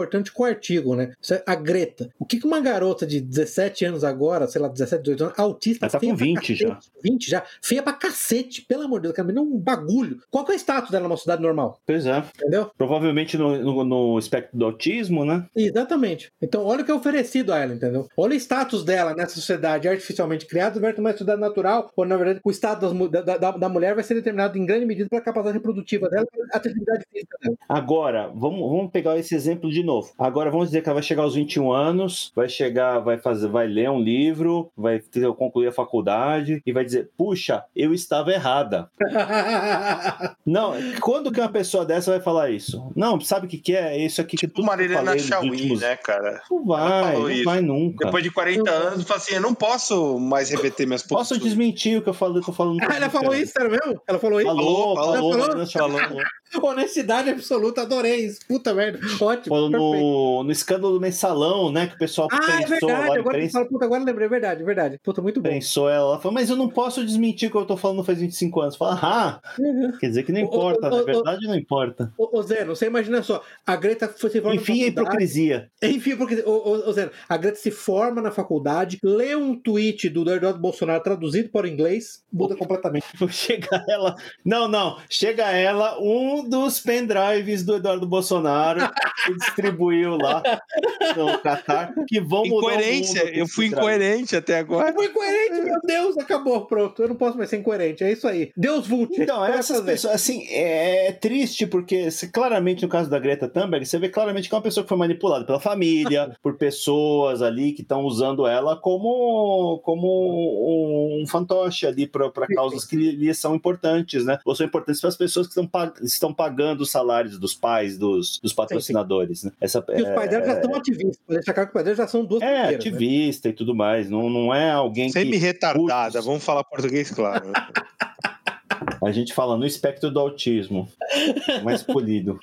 importante com o artigo, né? Isso é a Greta. O que uma garota de dezessete anos agora, sei lá, dezessete, dezoito anos, autista, ela tá com vinte já. vinte já, feia pra cacete, pelo amor de Deus, cara, me dá um bagulho. Qual que é o status dela numa sociedade normal? Pois é. Entendeu? Provavelmente no, no, no espectro do autismo, né? Exatamente. Então, olha o que é oferecido a ela, entendeu? Olha o status dela nessa sociedade artificialmente criada versus uma sociedade natural, ou, na verdade, o status das, da, da, da mulher vai ser determinado em grande medida pela capacidade reprodutiva dela e a atividade física dela. Agora, vamos, vamos pegar esse exemplo de novo. Agora, vamos dizer que ela vai chegar aos vinte e um anos, vai chegar, vai fazer, vai ler um livro, vai ter, concluir a faculdade e vai dizer, puxa, eu estava errada. Não, quando que uma pessoa dessa vai falar isso? Não, sabe o que que é? É isso aqui que Tipo tudo Marilena Chauí, últimos... né, cara? Não vai, não isso. vai nunca. Depois de quarenta anos, fala assim, eu não posso mais repetir minhas posições. Posso desmentir o que eu falo, tô falando. Ah, ela falou isso, sério mesmo? Ela falou isso? Falou, falou, falou, falou, falou, falou. Honestidade absoluta, adorei isso. Puta merda, ótimo. Falou no, no escândalo do mensalão, né, que o pessoal ah, pensou... Ah, é verdade, lá, agora, fala, puta, agora lembrei, é verdade, é verdade. Puta, muito bom. Pensou ela, ela falou, mas eu não posso desmentir o que eu tô falando faz vinte e cinco anos. Fala, ah, uhum. Quer dizer que não importa, o, o, na verdade o, não importa. Ô, Zé, você imagina só, a Greta foi se forma Enfim, a hipocrisia. Enfim, porque, ô, Zé, a Greta se forma na faculdade, lê um tweet do Eduardo Bolsonaro traduzido para o inglês, muda o, completamente. Chega ela, não, não, chega ela um dos pendrives do Eduardo Bolsonaro que distribuiu lá no Catar, que vão mudar Incoerência, o mundo. Eu fui incoerente até agora. Eu fui incoerente, meu Deus, acabou, pronto, eu não posso mais ser incoerente, é isso aí. Deus vult. Então, essas pessoas, assim, é triste porque se, claramente no caso da Greta Thunberg, você vê claramente que é uma pessoa que foi manipulada pela família, por pessoas ali que estão usando ela como, como um fantoche ali para causas que lhe são importantes, né? Ou são importantes para as pessoas que estão, pag estão pagando os salários dos pais, dos, dos patrocinadores, sim, sim. Né? Essa, e os pais dela já são ativistas, pra deixar claro que os pais dela já são duas É, ativista, né? E tudo mais, não, não é alguém Sem que... Semi-retardada, vamos falar português, claro. A gente fala no espectro do autismo, mais polido.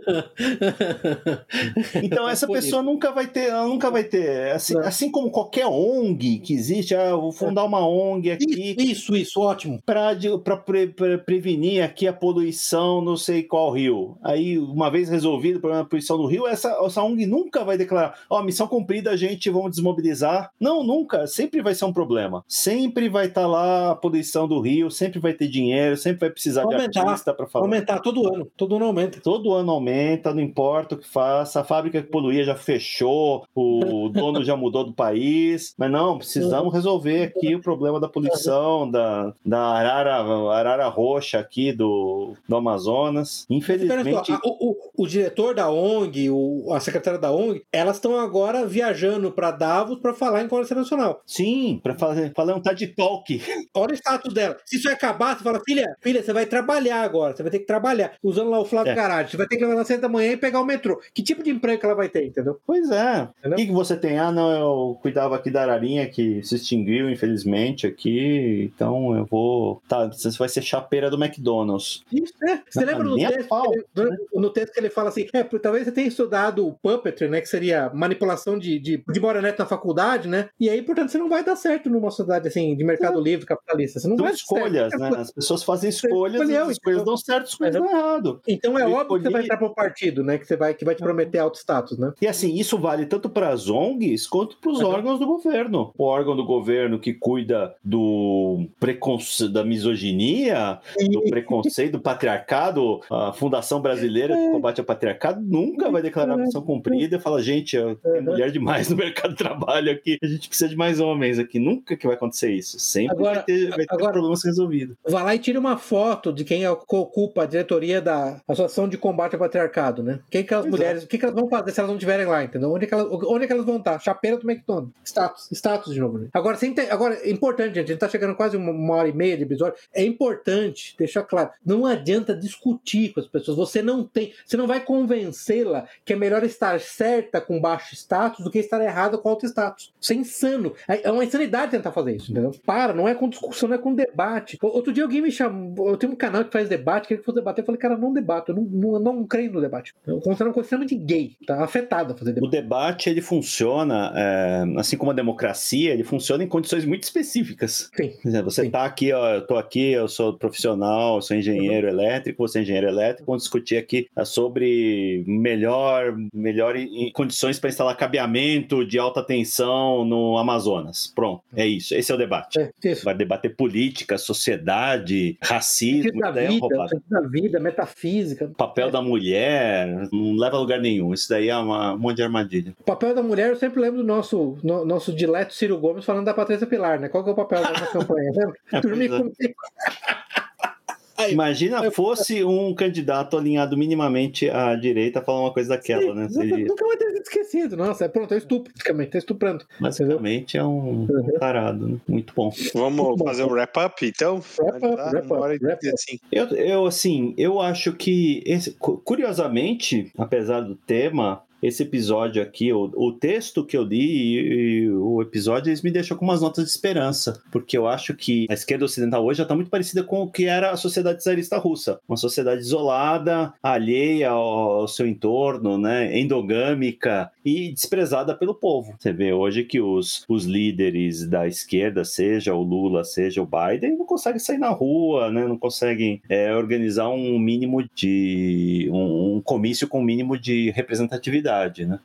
Então essa pessoa nunca vai ter, ela nunca vai ter, assim, assim como qualquer O N G que existe, ah, eu vou fundar uma O N G aqui. Isso, isso, ótimo. Para pre, pre, prevenir aqui a poluição, não sei qual rio. Aí, uma vez resolvido o problema da poluição do rio, essa, essa O N G nunca vai declarar, ó, oh, missão cumprida, a gente vamos desmobilizar. Não, nunca, sempre vai ser um problema. Sempre vai estar tá lá a poluição do rio, sempre vai ter dinheiro, sempre vai precisar aumentar, de artista para falar. Aumentar todo ano, todo ano aumenta. Todo ano aumenta, não importa o que faça, a fábrica que poluía já fechou, o dono já mudou do país, mas não, precisamos resolver aqui o problema da poluição, da, da arara, arara roxa aqui do, do Amazonas. Infelizmente... Só, o, o, o diretor da O N G, o, a secretária da O N G, elas estão agora viajando para Davos para falar em Congresso Nacional. Sim, para fazer, falar um TED Talk. Olha o status dela. Se isso acabar, você fala, filha, filha, você vai trabalhar agora, você vai ter que trabalhar, usando lá o Flávio é. Garage, você vai ter que levar às seis da manhã e pegar o metrô. Que tipo de emprego que ela vai ter, entendeu? Pois é. O que, que você tem? Ah, não, eu cuidava aqui da ararinha que se extinguiu, infelizmente, aqui, então eu vou... Tá, você vai ser chapeira do McDonald's. Isso, é. Você não, lembra no texto, pau, ele, né? no texto que ele fala assim, é, talvez você tenha estudado o puppetry, né, que seria manipulação de, de, de marionete na faculdade, né, e aí, portanto, você não vai dar certo numa sociedade, assim, de mercado é. livre, capitalista. Você não São vai escolhas, certo. Né? As pessoas fazem escolhas, escolheu, as escolhas então, dão certo, as escolhas dão errado. Então é eu óbvio escolhi... que você vai entrar pro partido, né, que você vai, que vai te prometer alto status, né. E assim, isso vale tanto para as O N Gs quanto para os uhum. órgãos do governo. O órgão do governo que cuida do preconceito, da misoginia, do preconceito, do patriarcado, a Fundação Brasileira que combate ao patriarcado nunca vai declarar a missão cumprida e fala, gente, tem mulher demais no mercado de trabalho aqui, a gente precisa de mais homens aqui. Nunca que vai acontecer isso. Sempre agora, vai ter, vai ter agora, problemas resolvidos. Vai lá e tira uma foto de quem ocupa a diretoria da Associação de Combate ao Patriarcado, né? Quem que as Exato. mulheres, o que, que elas vão fazer se elas não estiverem lá, entendeu? Onde é que elas, onde é que elas vão estar? Chapeira do McDonald's. Status. Status de novo. Né? Agora, sem ter, agora, é importante, gente, a gente tá chegando quase uma, uma hora e meia de episódio. É importante deixar claro, não adianta discutir com as pessoas. Você não tem, você não vai convencê-la que é melhor estar certa com baixo status do que estar errada com alto status. Isso é insano. É uma insanidade tentar fazer isso, entendeu? Para, não é com discussão, não é com debate. Outro dia alguém me chamou eu tenho um canal que faz debate, queria que fosse debater. Eu falei, cara, não debato, eu não, não, não creio no debate. Eu considero uma coisa extremamente gay, tá afetado a fazer debate. O debate, ele funciona, é, assim como a democracia, ele funciona em condições muito específicas. Sim. Por exemplo, você Sim. tá aqui, ó, eu tô aqui, eu sou profissional, eu sou engenheiro uhum. elétrico, você é engenheiro elétrico, vamos discutir aqui sobre melhor, melhor em condições para instalar cabeamento de alta tensão no Amazonas. Pronto, é isso. Esse é o debate. É, isso. Vai debater política, sociedade, racismo, da daí vida, é roubado. da vida, metafísica. Papel é. da mulher, não leva a lugar nenhum. Isso daí é uma, um monte de armadilha. O papel da mulher, eu sempre lembro do nosso, no, nosso dileto Ciro Gomes falando da Patrícia Pilar, né? Qual que é o papel da campanha? É, Dormir comigo. Imagina fosse um candidato alinhado minimamente à direita falar uma coisa daquela, né? Nunca, nunca vai ter sido esquecido. Nossa, é pronto, é estupro, basicamente, tá estuprando. Basicamente é um, um tarado, né? Muito bom. Vamos Muito fazer bom. um wrap-up, então? Wrap-up, wrap-up. Wrap assim. Eu, eu, assim, eu acho que, esse, curiosamente, apesar do tema, esse episódio aqui, o, o texto que eu li e, e o episódio, eles me deixam com umas notas de esperança, porque eu acho que a esquerda ocidental hoje já está muito parecida com o que era a sociedade czarista russa, uma sociedade isolada, alheia ao, ao seu entorno, né, endogâmica e desprezada pelo povo. Você vê hoje que os, os líderes da esquerda, seja o Lula, seja o Biden, não conseguem sair na rua, né, não conseguem é, organizar um mínimo de um, um comício com um mínimo de representatividade. Né?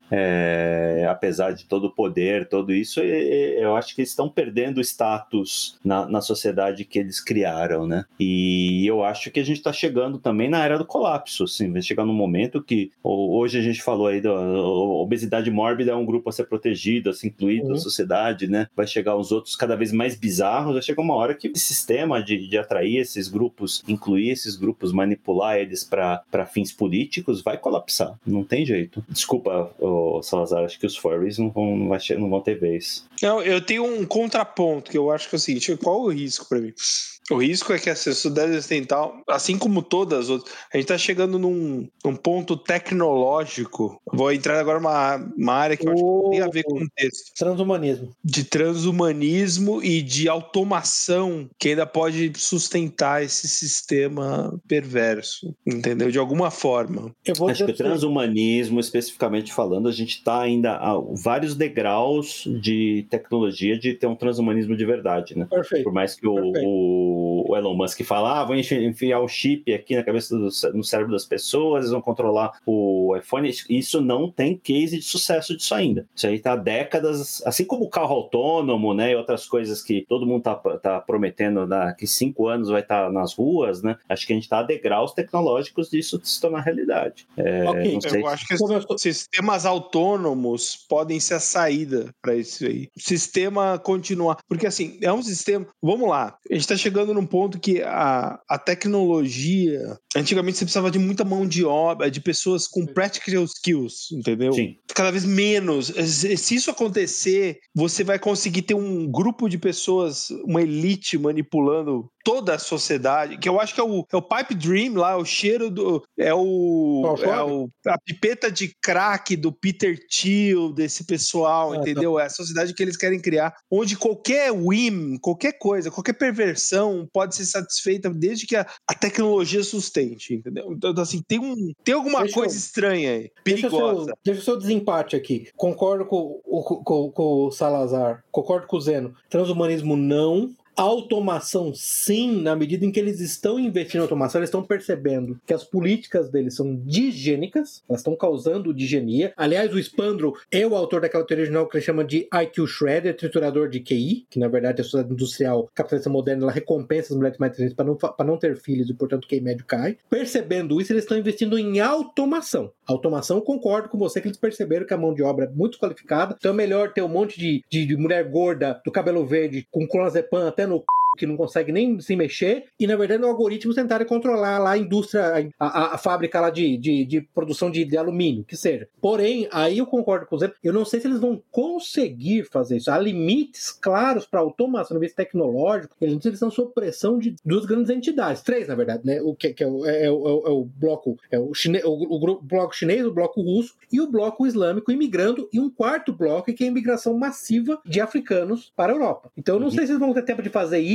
É, apesar de todo o poder, tudo isso, eu acho que eles estão perdendo o status na, na sociedade que eles criaram, né? E eu acho que a gente está chegando também na era do colapso, assim, vai chegar num momento que, hoje a gente falou aí da obesidade mórbida, é um grupo a ser protegido, a ser incluído uhum. na sociedade, né? Vai chegar os outros cada vez mais bizarros, vai chegar uma hora que o sistema de, de atrair esses grupos, incluir esses grupos, manipular eles para fins políticos, vai colapsar, não tem jeito. Desculpa Desculpa, oh, Salazar, acho que os furries não vão, não, vai, não vão ter vez. Não, eu tenho um contraponto que eu acho que é o seguinte: qual o risco para mim? O risco é que a sociedade ocidental, assim como todas as outras, a gente está chegando num, num ponto tecnológico. Vou entrar agora numa uma área que eu acho que tem a ver com o texto. Transhumanismo. De transhumanismo e de automação que ainda pode sustentar esse sistema perverso, entendeu? De alguma forma. Eu vou acho que o transhumanismo, especificamente falando, a gente está ainda a vários degraus de tecnologia de ter um transhumanismo de verdade, né? Perfeito. Por mais que o, o o Elon Musk fala, ah, vou enfiar um chip aqui na cabeça, do, no cérebro das pessoas, eles vão controlar o iPhone. Isso não tem case de sucesso disso ainda. Isso aí tá há décadas, assim como o carro autônomo, né, e outras coisas que todo mundo tá, tá prometendo daqui cinco anos vai estar tá nas ruas, né, acho que a gente tá a degraus tecnológicos disso se tornar realidade. É, okay. não sei Eu se... acho que os sistemas autônomos podem ser a saída para isso aí. O sistema continuar, porque assim, é um sistema, vamos lá, a gente tá chegando num ponto que a, a tecnologia, antigamente você precisava de muita mão de obra, de pessoas com practical skills, entendeu? Sim. Cada vez menos. Se isso acontecer, você vai conseguir ter um grupo de pessoas, uma elite manipulando toda a sociedade, que eu acho que é o, é o pipe dream lá, o cheiro do... É o... É o a pipeta de crack do Peter Thiel, desse pessoal, ah, entendeu? Tá. É a sociedade que eles querem criar, onde qualquer whim, qualquer coisa, qualquer perversão pode ser satisfeita desde que a, a tecnologia sustente, entendeu? Então, assim, tem, um, tem alguma deixa coisa eu, estranha aí, perigosa. Deixa o seu desempate aqui. Concordo com, com, com, com o Salazar, concordo com o Zeno. Transhumanismo não... Automação, sim, na medida em que eles estão investindo em automação, eles estão percebendo que as políticas deles são digênicas, elas estão causando digenia. Aliás, o Spandrel é o autor daquela teoria original que ele chama de I Q Shredder, triturador de Q I, que na verdade a sociedade industrial capitalista moderna ela recompensa as mulheres mais inteligentes para não, para não ter filhos e, portanto, o Q I médio cai. Percebendo isso, eles estão investindo em automação. Automação, concordo com você que eles perceberam que a mão de obra é muito qualificada, então é melhor ter um monte de, de, de mulher gorda do cabelo verde com clonazepam até no c... que não consegue nem se mexer, e na verdade o algoritmo tentarem controlar lá a indústria, a, a, a fábrica lá de, de, de produção de, de alumínio, que seja. Porém, aí eu concordo com você, eu não sei se eles vão conseguir fazer isso. Há limites claros para automação no nível tecnológico, eles estão sob pressão de duas grandes entidades, três na verdade, né? O que, que é, o, é, o, é o bloco, é o, chine, o, o, o bloco chinês, o bloco russo e o bloco islâmico imigrando, e um quarto bloco que é a imigração massiva de africanos para a Europa. Então eu não uhum. sei se eles vão ter tempo de fazer isso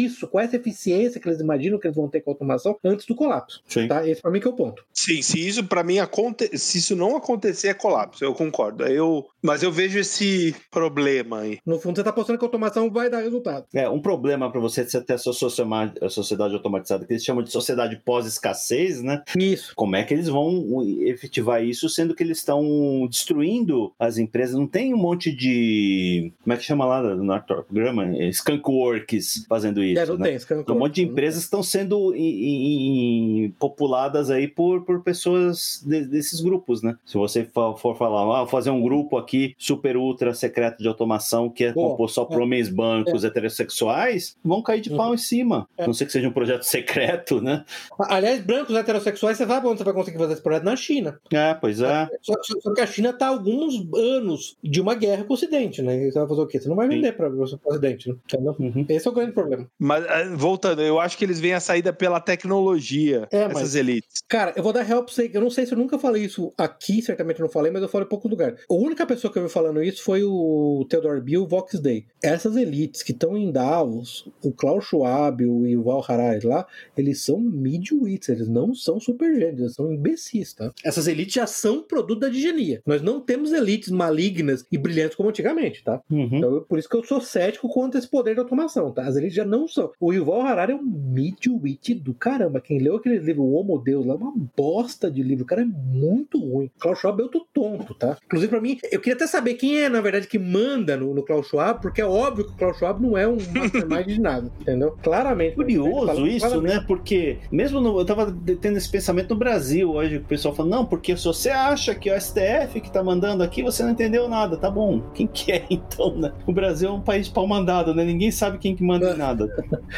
isso, com essa eficiência que eles imaginam que eles vão ter com a automação antes do colapso. Sim. Tá? Esse pra mim que é o ponto. Sim, se isso pra mim aconte... se isso não acontecer, é colapso, eu concordo. Eu... Mas eu vejo esse problema aí. No fundo, você tá apostando que a automação vai dar resultado. É, um problema para você ter a sua sociedade automatizada, que eles chamam de sociedade pós-escassez, né? Isso. Como é que eles vão efetivar isso, sendo que eles estão destruindo as empresas? Não tem um monte de... Como é que chama lá no programa? Skunkworks fazendo isso, é, não né? tem, Skunkworks. Um monte de empresas estão sendo em, em, populadas aí por, por pessoas de, desses grupos, né? Se você for, for falar, ah, fazer um grupo aqui super ultra secreto de automação que é Boa. composto só por é. homens brancos, é. heterossexuais, vão cair de pau uhum. em cima. É. Não sei que seja um projeto secreto, né? Aliás, brancos heterossexuais, você sabe onde você vai conseguir fazer esse projeto? Na China. É, pois é. Só, só que a China está há alguns anos de uma guerra com o Ocidente, né? E você vai fazer o quê? Você não vai vender para o Ocidente, né? Uhum. Esse é o grande problema. Mas, voltando, eu acho que eles veem a saída pela tecnologia, é, essas mas, elites. Cara, eu vou dar real pra você. Eu não sei se eu nunca falei isso aqui, certamente não falei, mas eu falei em pouco lugar. A única pessoa que eu vi falando isso foi o Theodore Bill, Vox Day. Essas elites que estão em Davos, o Klaus Schwab e o Yuval Harari lá, eles são mid-wits, eles não são super gênios, eles são imbecis, tá? Essas elites já são produto da digenia. Nós não temos elites malignas e brilhantes como antigamente, tá? Uhum. Então, por isso que eu sou cético quanto a esse poder de automação, tá? As elites já não são. O Yuval Harari é um mid-wit do caramba. Quem leu aquele livro, o Homo Deus, lá é uma bosta de livro. O cara é muito ruim. O Klaus Schwab é outro tonto, tá? Inclusive, pra mim, eu queria até saber quem é, na verdade, que manda no, no Klaus Schwab, porque é óbvio que o Klaus Schwab não é um mastermind de nada, entendeu? Claramente. Curioso fala, isso, claramente. Né? Porque mesmo no, eu tava tendo esse pensamento no Brasil hoje, o pessoal fala, não, porque se você acha que é o S T F que tá mandando aqui, você não entendeu nada, tá bom. Quem que é, então, né? O Brasil é um país pau mandado, né? Ninguém sabe quem que manda em nada.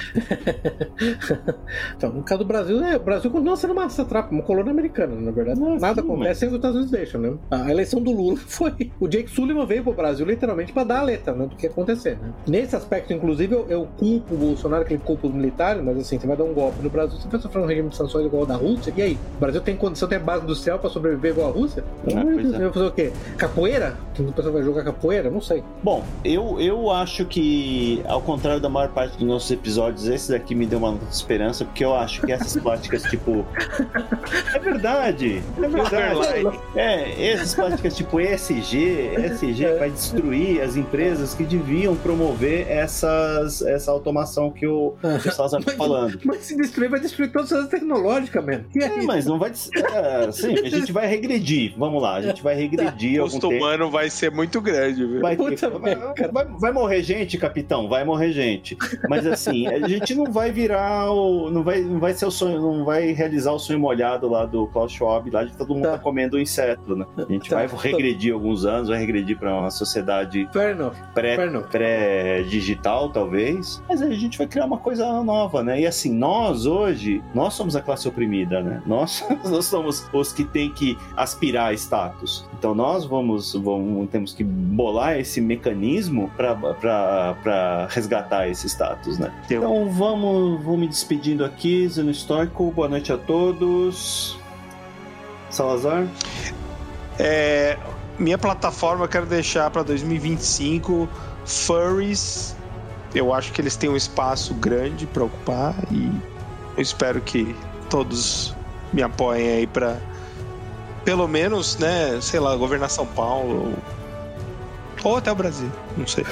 Então, no caso do Brasil, é, o Brasil continua sendo uma satrapa, uma colônia americana, na verdade. Não, nada sim, acontece mas... sem os Estados Unidos deixam, né? A eleição do Lula foi... O Jake Sullivan veio pro Brasil literalmente pra dar a letra, né, do que ia acontecer, né? Nesse aspecto, inclusive, eu, eu culpo o Bolsonaro, que ele culpa os militares, mas assim, você vai dar um golpe no Brasil, você vai sofrer um regime de sanções igual ao da Rússia, e aí? O Brasil tem condição, tem base industrial pra sobreviver igual a Rússia? Ah, Meu Deus, é. Vai fazer o quê? Capoeira? O pessoal vai jogar capoeira? Não sei. Bom, eu, eu acho que, ao contrário da maior parte dos nossos episódios, esse daqui me deu uma esperança, porque eu acho que essas práticas, tipo... É verdade! É verdade! É, essas práticas tipo E S G, E S G vai destruir as empresas que deviam promover essas, essa automação que o pessoal está falando. Mas se destruir, vai destruir todas as tecnológicas, mesmo. É, mas não vai... É, sim, a gente vai regredir. Vamos lá, a gente vai regredir. O custo humano vai ser muito grande, viu? Vai, ter, vai, vai, vai morrer gente, capitão, vai morrer gente. Mas assim, a gente não vai virar o... Não vai, não vai ser o sonho, não vai realizar o sonho molhado lá do Klaus Schwab, lá de todo mundo tá, tá comendo um inseto, né? A gente tá, vai regredir tá. alguns anos, vai regredir para uma sociedade pré, pré-digital, talvez. Mas aí a gente vai criar uma coisa nova, né? E assim, nós hoje, nós somos a classe oprimida, né? Nós, nós somos os que tem que aspirar a status. Então nós vamos, vamos temos que bolar esse mecanismo para resgatar esse status, né? Então vamos, vou me despedindo aqui, Zeno Histórico, boa noite a todos. Salazar? É, minha plataforma eu quero deixar para dois mil e vinte e cinco, Furries. Eu acho que eles têm um espaço grande para ocupar e eu espero que todos me apoiem aí para, pelo menos, né, sei lá, governar São Paulo ou, ou até o Brasil, não sei.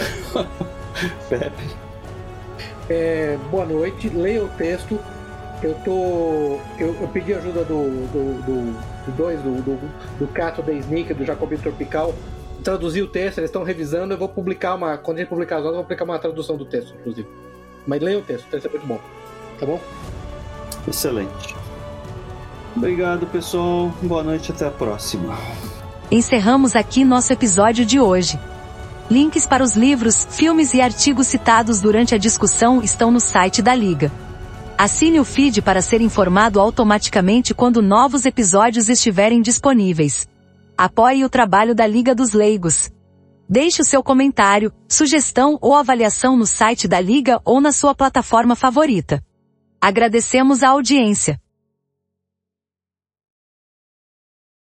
É, boa noite, leia o texto. Eu tô. Eu, eu pedi ajuda do do, do, do dois, do, do, do Cato da Sneak, do Jacobino Tropical. Traduzi o texto, eles estão revisando. Eu vou publicar uma. Quando a gente publicar as notas, eu vou publicar uma tradução do texto, inclusive. Mas leia o texto, o texto é muito bom. Tá bom? Excelente. Obrigado, pessoal. Boa noite, até a próxima. Encerramos aqui nosso episódio de hoje. Links para os livros, filmes e artigos citados durante a discussão estão no site da Liga. Assine o feed para ser informado automaticamente quando novos episódios estiverem disponíveis. Apoie o trabalho da Liga dos Leigos. Deixe o seu comentário, sugestão ou avaliação no site da Liga ou na sua plataforma favorita. Agradecemos a audiência.